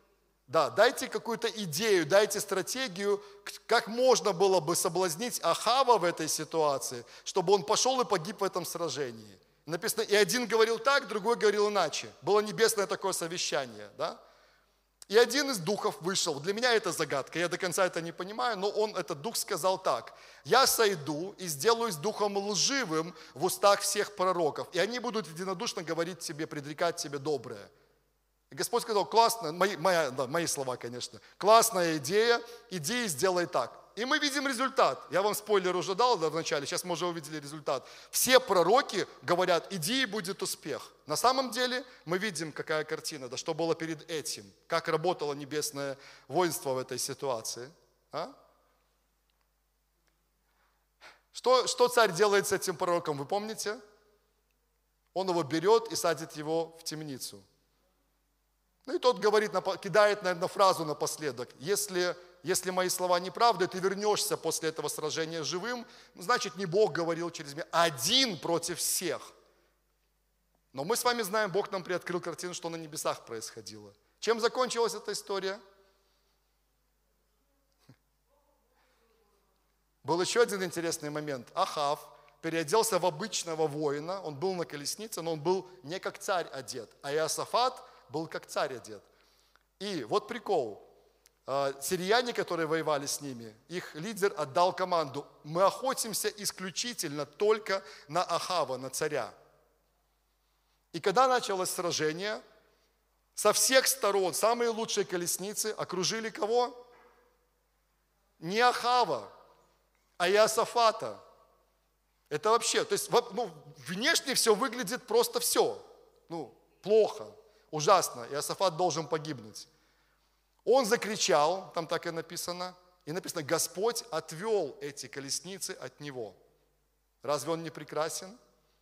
Speaker 1: Да, дайте какую-то идею, дайте стратегию, как можно было бы соблазнить Ахава в этой ситуации, чтобы он пошел и погиб в этом сражении. Написано, и один говорил так, другой говорил иначе. Было небесное такое совещание, да? И один из духов вышел. Для меня это загадка, я до конца это не понимаю, но этот дух сказал так: «Я сойду и сделаюсь духом лживым в устах всех пророков, и они будут единодушно говорить тебе, предрекать тебе доброе». И Господь сказал: классно, мои слова, конечно, классная идея, иди и сделай так. И мы видим результат. Я вам спойлер уже дал в начале, сейчас мы уже увидели результат. Все пророки говорят: иди и будет успех. На самом деле мы видим, какая картина, да что было перед этим, как работало небесное воинство в этой ситуации. А? Что царь делает с этим пророком, вы помните? Он его берет и садит его в темницу. Ну и тот говорит, кидает, наверное, фразу напоследок: если мои слова неправды, ты вернешься после этого сражения живым, значит, не Бог говорил через меня, один против всех. Но мы с вами знаем, Бог нам приоткрыл картину, что на небесах происходило. Чем закончилась эта история? Был еще один интересный момент. Ахав переоделся в обычного воина, он был на колеснице, но он был не как царь одет, а Иосафат был как царь одет. И вот прикол. Сирияне, которые воевали с ними, их лидер отдал команду: мы охотимся исключительно только на Ахава, на царя. И когда началось сражение, со всех сторон самые лучшие колесницы окружили кого? Не Ахава, а Иосафата. Это вообще, то есть внешне все выглядит просто все. Плохо, ужасно. Иосафат должен погибнуть. Он закричал, там так и написано, Господь отвел эти колесницы от него. Разве он не прекрасен?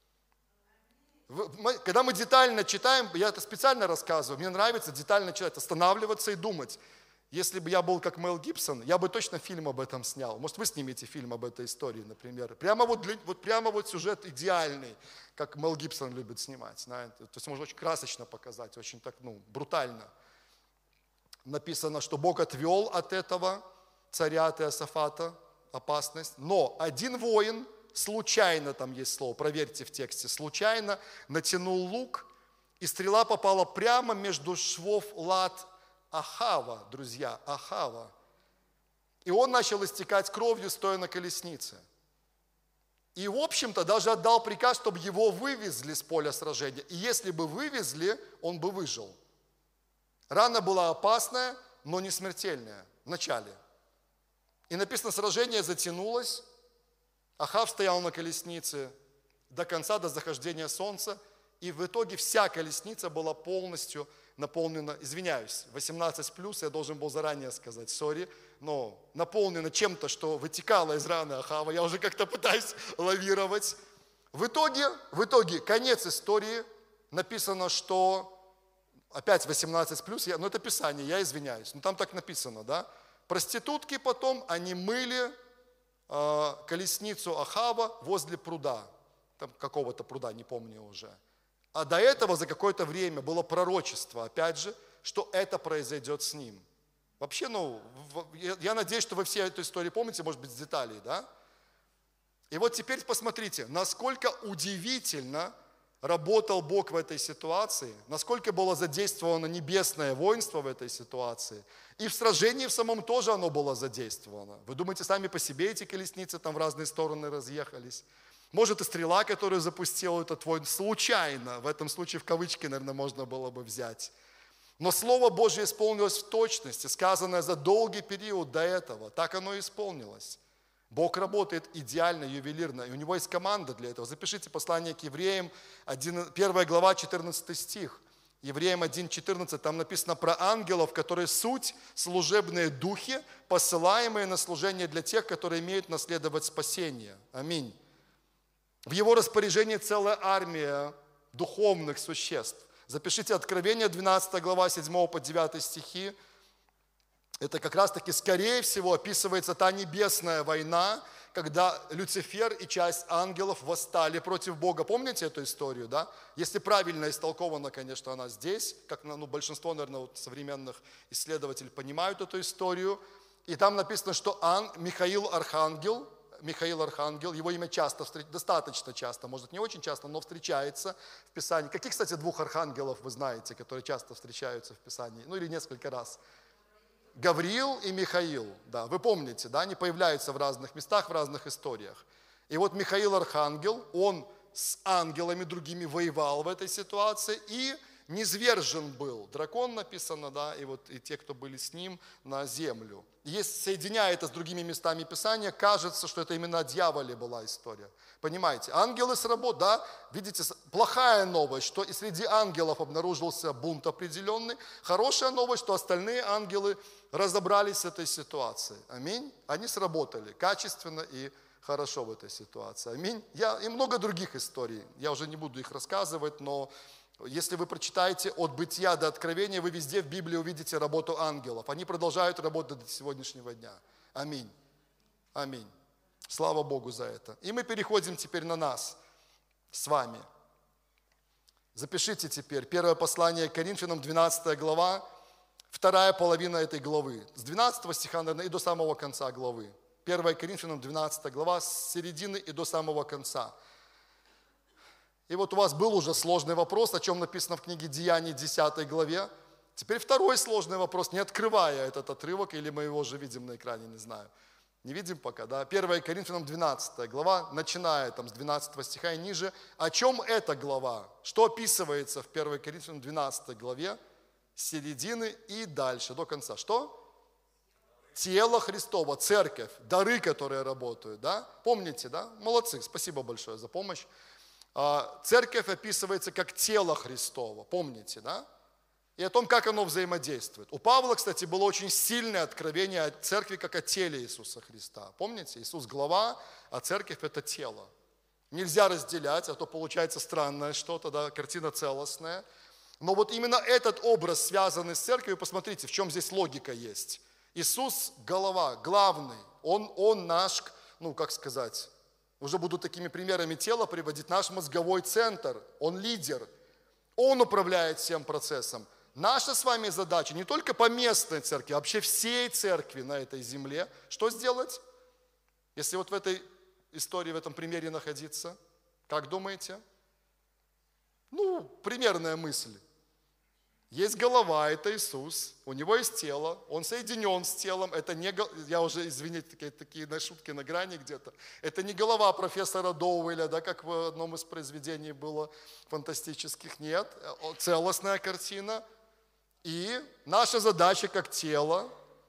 Speaker 1: Когда мы детально читаем, я это специально рассказываю, мне нравится детально читать, останавливаться и думать. Если бы я был как Мел Гибсон, я бы точно фильм об этом снял. Может, вы снимете фильм об этой истории, например. Прямо сюжет идеальный, как Мел Гибсон любит снимать. Знаете. То есть можно очень красочно показать, очень так, брутально. Написано, что Бог отвел от этого царя, от Иосафата, опасность. Но один воин, случайно, там есть слово, проверьте в тексте, случайно натянул лук, и стрела попала прямо между швов лад Ахава, друзья, Ахава. И он начал истекать кровью, стоя на колеснице. И, в общем-то, даже отдал приказ, чтобы его вывезли с поля сражения. И если бы вывезли, он бы выжил. Рана была опасная, но не смертельная в начале. И написано, сражение затянулось. Ахав стоял на колеснице до конца, до захождения солнца. И в итоге вся колесница была полностью наполнена, 18+, я должен был заранее сказать, но наполнена чем-то, что вытекало из раны Ахава. Я уже как-то пытаюсь лавировать. В итоге, конец истории, написано, что опять 18+, но это Писание, я извиняюсь, но там так написано, да? Проститутки потом, они мыли колесницу Ахава возле пруда, там какого-то пруда, не помню уже. А до этого за какое-то время было пророчество, опять же, что это произойдет с ним. Вообще, я надеюсь, что вы все эту историю помните, может быть, с деталей, да? И вот теперь посмотрите, насколько удивительно работал Бог в этой ситуации, насколько было задействовано небесное воинство в этой ситуации. И в сражении в самом тоже оно было задействовано. Вы думаете, сами по себе эти колесницы там в разные стороны разъехались? Может, и стрела, которую запустил этот воин, случайно, в этом случае в кавычки, наверное, можно было бы взять. Но Слово Божье исполнилось в точности, сказанное за долгий период до этого. Так оно и исполнилось. Бог работает идеально, ювелирно, и у Него есть команда для этого. Запишите послание к Евреям, 1 глава, 14 стих. Евреям 1:14, там написано про ангелов, которые суть служебные духи, посылаемые на служение для тех, которые имеют наследовать спасение. Аминь. В Его распоряжении целая армия духовных существ. Запишите Откровение, 12 глава, 7 по 9 стихи. Это как раз-таки, скорее всего, описывается та небесная война, когда Люцифер и часть ангелов восстали против Бога. Помните эту историю, да? Если правильно истолкована, конечно, она здесь, как большинство, наверное, вот современных исследователей понимают эту историю. И там написано, что Михаил Архангел, его имя часто, достаточно часто, может не очень часто, но встречается в Писании. Каких, кстати, двух архангелов вы знаете, которые часто встречаются в Писании? Ну или несколько раз. Гавриил и Михаил, да, вы помните, да, они появляются в разных местах, в разных историях. И вот Михаил Архангел, он с ангелами другими воевал в этой ситуации и низвержен был. Дракон написано, да, и те, кто были с ним, на землю. И если соединяя это с другими местами Писания, кажется, что это именно о дьяволе была история. Понимаете, ангелы сработали, да, видите, плохая новость, что и среди ангелов обнаружился бунт определенный. Хорошая новость, что остальные ангелы разобрались с этой ситуацией. Аминь. Они сработали качественно и хорошо в этой ситуации. Аминь. И много других историй. Я уже не буду их рассказывать, но если вы прочитаете от Бытия до Откровения, вы везде в Библии увидите работу ангелов. Они продолжают работать до сегодняшнего дня. Аминь. Аминь. Слава Богу за это. И мы переходим теперь на нас с вами. Запишите теперь первое послание к Коринфянам, 12 глава, вторая половина этой главы. С 12 стиха, наверное, и до самого конца главы. 1 Коринфянам, 12 глава, с середины и до самого конца. И вот у вас был уже сложный вопрос, о чем написано в книге Деяний, 10 главе. Теперь второй сложный вопрос, не открывая этот отрывок, или мы его уже видим на экране, не знаю. Не видим пока, да? 1 Коринфянам, 12 глава, начиная там с 12 стиха и ниже. О чем эта глава? Что описывается в 1 Коринфянам, 12 главе, с середины и дальше, до конца? Что? Тело Христово, церковь, дары, которые работают, да? Помните, да? Молодцы, спасибо большое за помощь. Церковь описывается как тело Христово, помните, да? И о том, как оно взаимодействует. У Павла, кстати, было очень сильное откровение о церкви, как о теле Иисуса Христа. Помните, Иисус глава, а церковь это тело. Нельзя разделять, а то получается странное что-то, да, картина целостная. Но вот именно этот образ, связанный с церковью, посмотрите, в чем здесь логика есть. Иисус голова, главный, он наш, как сказать, уже буду такими примерами тела приводить, наш мозговой центр, он лидер, он управляет всем процессом. Наша с вами задача не только поместной церкви, а вообще всей церкви на этой земле, что сделать? Если вот в этой истории, в этом примере находиться, как думаете? Примерная мысль. Есть голова, это Иисус, у него есть тело, он соединен с телом, это не, я уже, извините, такие шутки на грани где-то, это не голова профессора Доуэля, да, как в одном из произведений было фантастических, нет, целостная картина. И наша задача как тело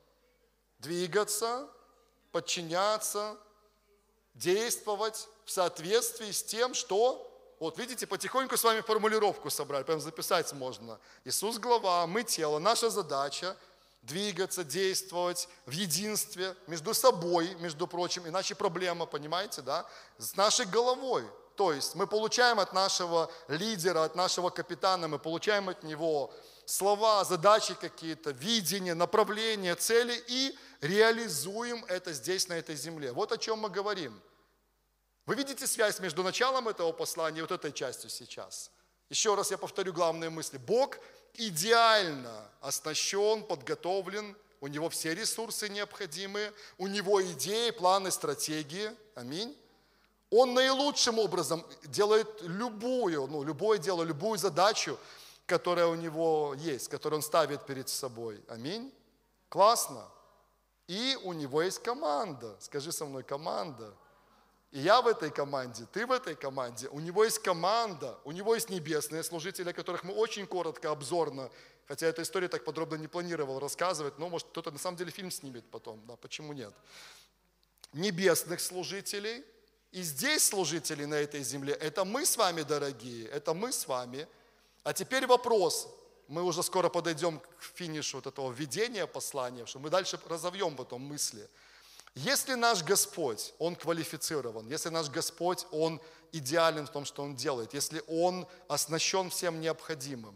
Speaker 1: двигаться, подчиняться, действовать в соответствии с тем, что... Вот видите, потихоньку с вами формулировку собрали, прям записать можно. Иисус глава, мы тело, наша задача двигаться, действовать в единстве между собой, между прочим, иначе проблема, понимаете, да, с нашей головой. То есть мы получаем от нашего лидера, от нашего капитана, мы получаем от него слова, задачи какие-то, видение, направление, цели и реализуем это здесь, на этой земле. Вот о чем мы говорим. Вы видите связь между началом этого послания и вот этой частью сейчас? Еще раз я повторю главные мысли. Бог идеально оснащен, подготовлен, у Него все ресурсы необходимые, у Него идеи, планы, стратегии. Аминь. Он наилучшим образом делает любое дело, любую задачу, которая у Него есть, которую Он ставит перед собой. Аминь. Классно. И у Него есть команда. Скажи со мной, команда. И я в этой команде, ты в этой команде, у него есть команда, у него есть небесные служители, о которых мы очень коротко, обзорно, хотя эту историю так подробно не планировал рассказывать, но может кто-то на самом деле фильм снимет потом, да, почему нет. Небесных служителей, и здесь служители на этой земле, это мы с вами, дорогие, это мы с вами. А теперь вопрос, мы уже скоро подойдем к финишу вот этого введения послания, что мы дальше разовьем потом мысли. Если наш Господь, Он квалифицирован, если наш Господь, Он идеален в том, что Он делает, если Он оснащен всем необходимым,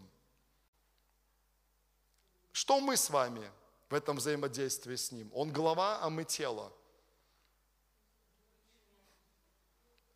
Speaker 1: что мы с вами в этом взаимодействии с Ним? Он голова, а мы тело.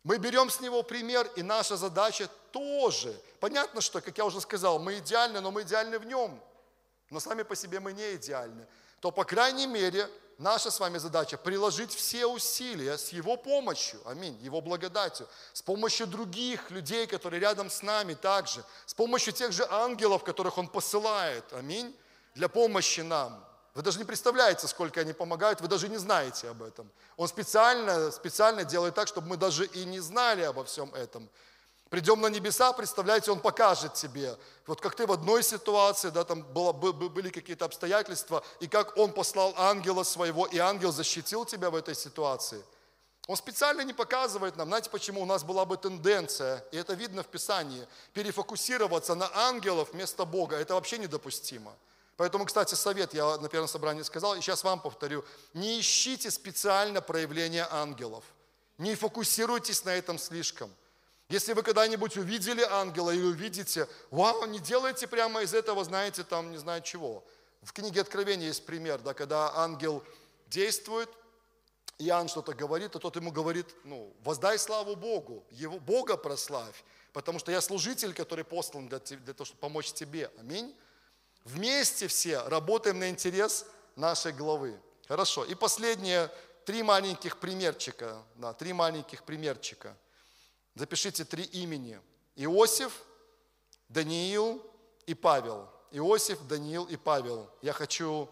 Speaker 1: Мы берем с него пример, и наша задача тоже. Понятно, что, как я уже сказал, мы идеальны, но мы идеальны в нем. Но сами по себе мы не идеальны. То, по крайней мере, наша с вами задача приложить все усилия с его помощью, аминь, его благодатью, с помощью других людей, которые рядом с нами также, с помощью тех же ангелов, которых он посылает, аминь, для помощи нам. Вы даже не представляете, сколько они помогают, вы даже не знаете об этом. Он специально делает так, чтобы мы даже и не знали обо всем этом. Придем на небеса, представляете, он покажет тебе, вот как ты в одной ситуации, да, там были какие-то обстоятельства, и как он послал ангела своего, и ангел защитил тебя в этой ситуации. Он специально не показывает нам, знаете, почему у нас была бы тенденция, и это видно в Писании, перефокусироваться на ангелов вместо Бога, это вообще недопустимо. Поэтому, кстати, совет я на первом собрании сказал, и сейчас вам повторю. Не ищите специально проявления ангелов. Не фокусируйтесь на этом слишком. Если вы когда-нибудь увидели ангела или увидите, вау, не делайте прямо из этого, знаете, там, не знаю чего. В книге Откровения есть пример, да, когда ангел действует, Иоанн что-то говорит, а тот ему говорит, воздай славу Богу, его Бога прославь, потому что я служитель, который послан для того, чтобы помочь тебе. Аминь. Вместе все работаем на интерес нашей главы. Хорошо. И последние три маленьких примерчика. Запишите 3 имени. Иосиф, Даниил и Павел. Иосиф, Даниил и Павел. Я хочу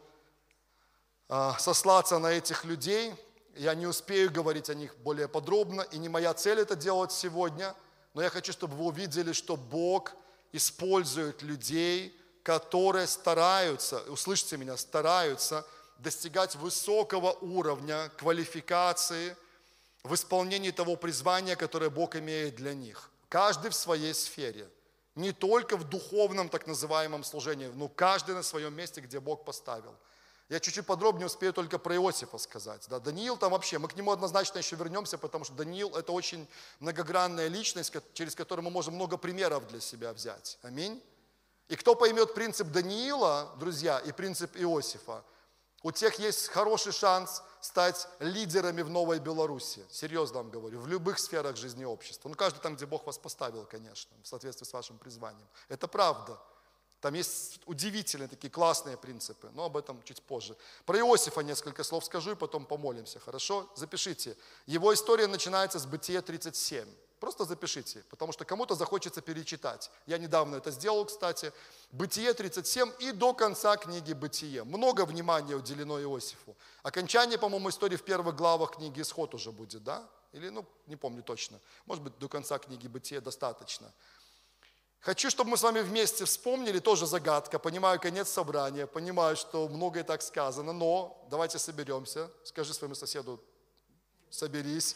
Speaker 1: сослаться на этих людей. Я не успею говорить о них более подробно, и не моя цель это делать сегодня, но я хочу, чтобы вы увидели, что Бог использует людей, которые стараются, услышьте меня, стараются достигать высокого уровня квалификации в исполнении того призвания, которое Бог имеет для них. Каждый в своей сфере. Не только в духовном так называемом служении, но каждый на своем месте, где Бог поставил. Я чуть-чуть подробнее успею только про Иосифа сказать. Да, Даниил там вообще, мы к нему однозначно еще вернемся, потому что Даниил это очень многогранная личность, через которую мы можем много примеров для себя взять. Аминь. И кто поймет принцип Даниила, друзья, и принцип Иосифа, у тех есть хороший шанс стать лидерами в Новой Беларуси. Серьезно вам говорю, в любых сферах жизни общества. Каждый там, где Бог вас поставил, конечно, в соответствии с вашим призванием. Это правда. Там есть удивительные такие классные принципы, но об этом чуть позже. Про Иосифа несколько слов скажу и потом помолимся, хорошо? Запишите. Его история начинается с Бытия 37. Просто запишите, потому что кому-то захочется перечитать. Я недавно это сделал, кстати. Бытие 37 и до конца книги Бытие. Много внимания уделено Иосифу. Окончание, по-моему, истории в первых главах книги Исход уже будет, да? Или, не помню точно. Может быть, до конца книги Бытие достаточно. Хочу, чтобы мы с вами вместе вспомнили, тоже загадка, понимаю, конец собрания, понимаю, что многое так сказано, но давайте соберемся. Скажи своему соседу, соберись.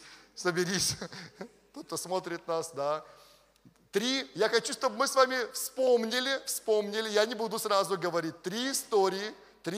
Speaker 1: Кто-то смотрит нас, да. 3. Я хочу, чтобы мы с вами вспомнили, я не буду сразу говорить, 3 истории,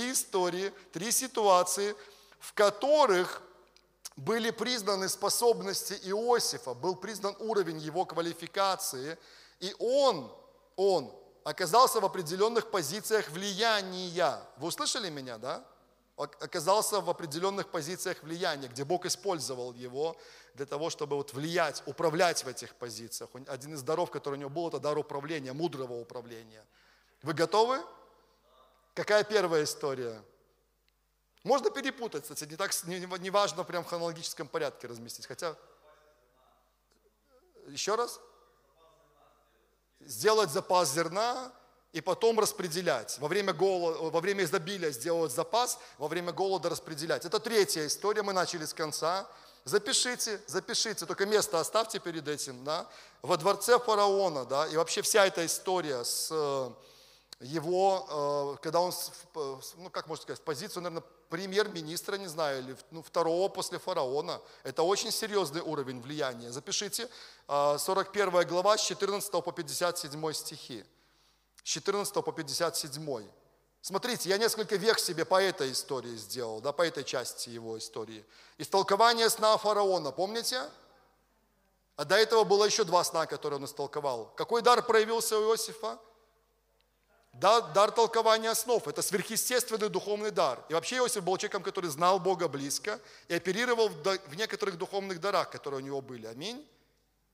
Speaker 1: 3 ситуации, в которых были признаны способности Иосифа, был признан уровень его квалификации, и он оказался в определенных позициях влияния. Вы услышали меня, да? Оказался в определенных позициях влияния, где Бог использовал его для того, чтобы влиять, управлять в этих позициях. Один из даров, который у него был, это дар управления, мудрого управления. Вы готовы? Какая первая история? Можно перепутать, кстати, не важно прям в хронологическом порядке разместить. Хотя, еще раз? Сделать запас зерна и потом распределять. Во время изобилия сделать запас, во время голода распределять. Это 3-я история, мы начали с конца. Запишите, только место оставьте перед этим. Да? Во дворце фараона, да, и вообще вся эта история с его, когда он, как можно сказать, в позицию, наверное, премьер-министра, не знаю, или второго после фараона. Это очень серьезный уровень влияния. Запишите, 41 глава с 14 по 57 стихи. С 14 по 57. Смотрите, я несколько вех себе по этой истории сделал, да, по этой части его истории. Истолкование сна фараона, помните? А до этого было еще 2 сна, которые он истолковал. Какой дар проявился у Иосифа? Дар толкования снов. Это сверхъестественный духовный дар. И вообще Иосиф был человеком, который знал Бога близко и оперировал в некоторых духовных дарах, которые у него были. Аминь.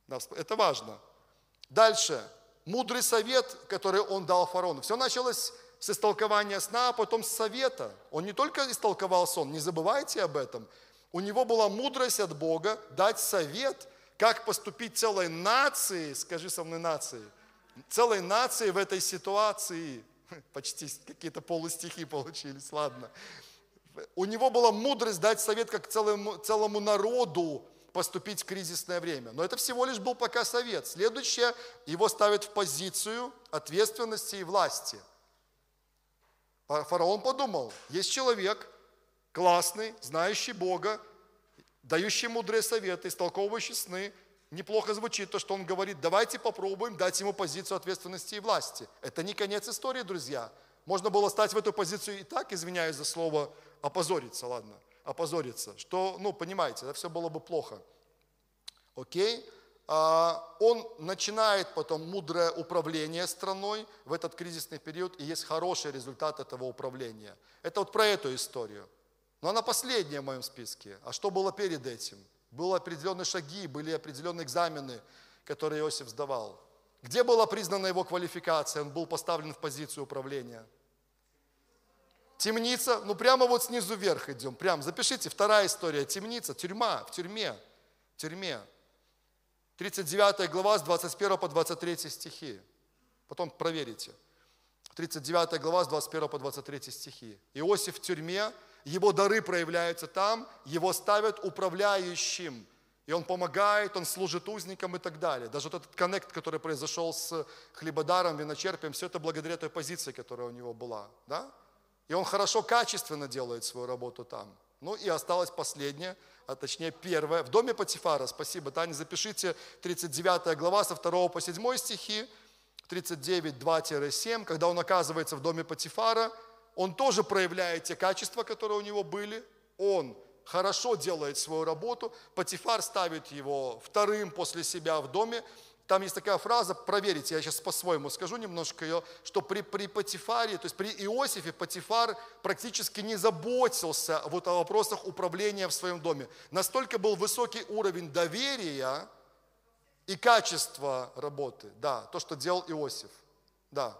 Speaker 1: Это важно. Дальше. Мудрый совет, который он дал фараону. Все началось с истолкования сна, а потом с совета. Он не только истолковал сон, не забывайте об этом. У него была мудрость от Бога дать совет, как поступить целой нации, скажи со мной нации, целой нации в этой ситуации. Почти какие-то полустихи получились, ладно. У него была мудрость дать совет, как целому народу поступить в кризисное время. Но это всего лишь был пока совет. Следующее, его ставят в позицию ответственности и власти. Фараон подумал, есть человек классный, знающий Бога, дающий мудрые советы, истолковывающий сны. Неплохо звучит то, что он говорит, давайте попробуем дать ему позицию ответственности и власти. Это не конец истории, друзья. Можно было стать в эту позицию и так, извиняюсь за слово, опозориться, ладно, опозориться. Что, понимаете, это все было бы плохо. Окей? Он начинает потом мудрое управление страной в этот кризисный период, и есть хороший результат этого управления. Это вот про эту историю. Но она последняя в моем списке. А что было перед этим? Были определенные шаги, были определенные экзамены, которые Иосиф сдавал. Где была признана его квалификация? Он был поставлен в позицию управления. Темница, прямо вот снизу вверх идем. Прям запишите, вторая история. Темница, тюрьма, в тюрьме. 39 глава с 21 по 23 стихи. Потом проверите. 39 глава с 21 по 23 стихи. Иосиф в тюрьме, его дары проявляются там, его ставят управляющим. И он помогает, он служит узникам и так далее. Даже вот этот коннект, который произошел с хлебодаром, виночерпием, все это благодаря той позиции, которая у него была. Да? И он хорошо, качественно делает свою работу там. И осталось последнее, а точнее первое. В доме Потифара, спасибо, Таня, запишите 39 глава со 2 по 7 стихи, 39, 2-7, когда он оказывается в доме Потифара, он тоже проявляет те качества, которые у него были, он хорошо делает свою работу, Потифар ставит его вторым после себя в доме. Там есть такая фраза, проверите, я сейчас по-своему скажу немножко ее, что при Потифаре, то есть при Иосифе Потифар практически не заботился о вопросах управления в своем доме. Настолько был высокий уровень доверия и качества работы. Да, то, что делал Иосиф. Да.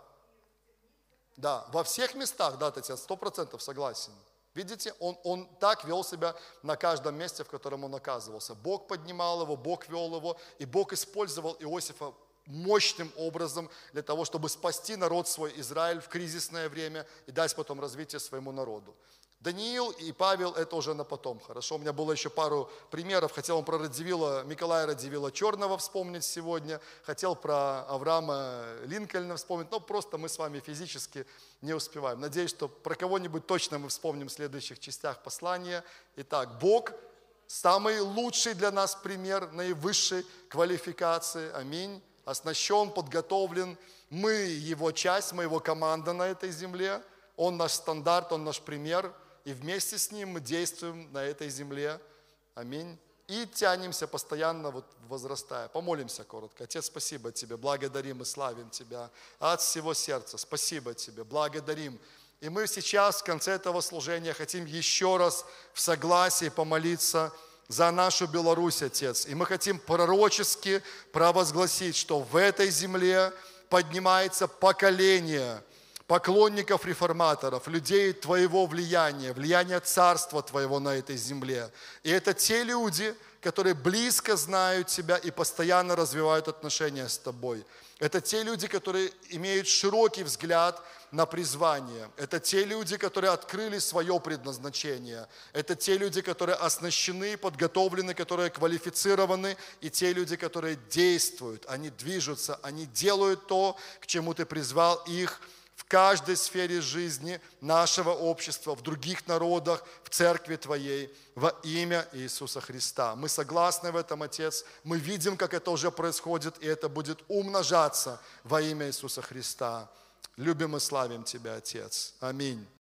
Speaker 1: Да, во всех местах, да, Татьяна, 100% согласен. Видите, он так вел себя на каждом месте, в котором он оказывался. Бог поднимал его, Бог вел его, и Бог использовал Иосифа мощным образом для того, чтобы спасти народ свой Израиль в кризисное время и дать потом развитие своему народу. Даниил и Павел – это уже на потом, хорошо? У меня было еще пару примеров. Хотел про Миколая Радзивилла Черного вспомнить сегодня, хотел про Авраама Линкольна вспомнить, но просто мы с вами физически не успеваем. Надеюсь, что про кого-нибудь точно мы вспомним в следующих частях послания. Итак, Бог – самый лучший для нас пример наивысшей квалификации, аминь, оснащен, подготовлен. Мы его часть, мы его команда на этой земле, он наш стандарт, он наш пример. И вместе с Ним мы действуем на этой земле. Аминь. И тянемся постоянно, возрастая. Помолимся коротко. Отец, спасибо Тебе, благодарим и славим Тебя. От всего сердца спасибо Тебе, благодарим. И мы сейчас в конце этого служения хотим еще раз в согласии помолиться за нашу Беларусь, Отец. И мы хотим пророчески провозгласить, что в этой земле поднимается поколение поклонников реформаторов, людей Твоего влияния, влияния Царства Твоего на этой земле. И это те люди, которые близко знают Тебя и постоянно развивают отношения с Тобой. Это те люди, которые имеют широкий взгляд на призвание. Это те люди, которые открыли свое предназначение. Это те люди, которые оснащены, подготовлены, которые квалифицированы. И те люди, которые действуют, они движутся, они делают то, к чему Ты призвал их в каждой сфере жизни нашего общества, в других народах, в церкви Твоей, во имя Иисуса Христа. Мы согласны в этом, Отец. Мы видим, как это уже происходит, и это будет умножаться во имя Иисуса Христа. Любим и славим Тебя, Отец. Аминь.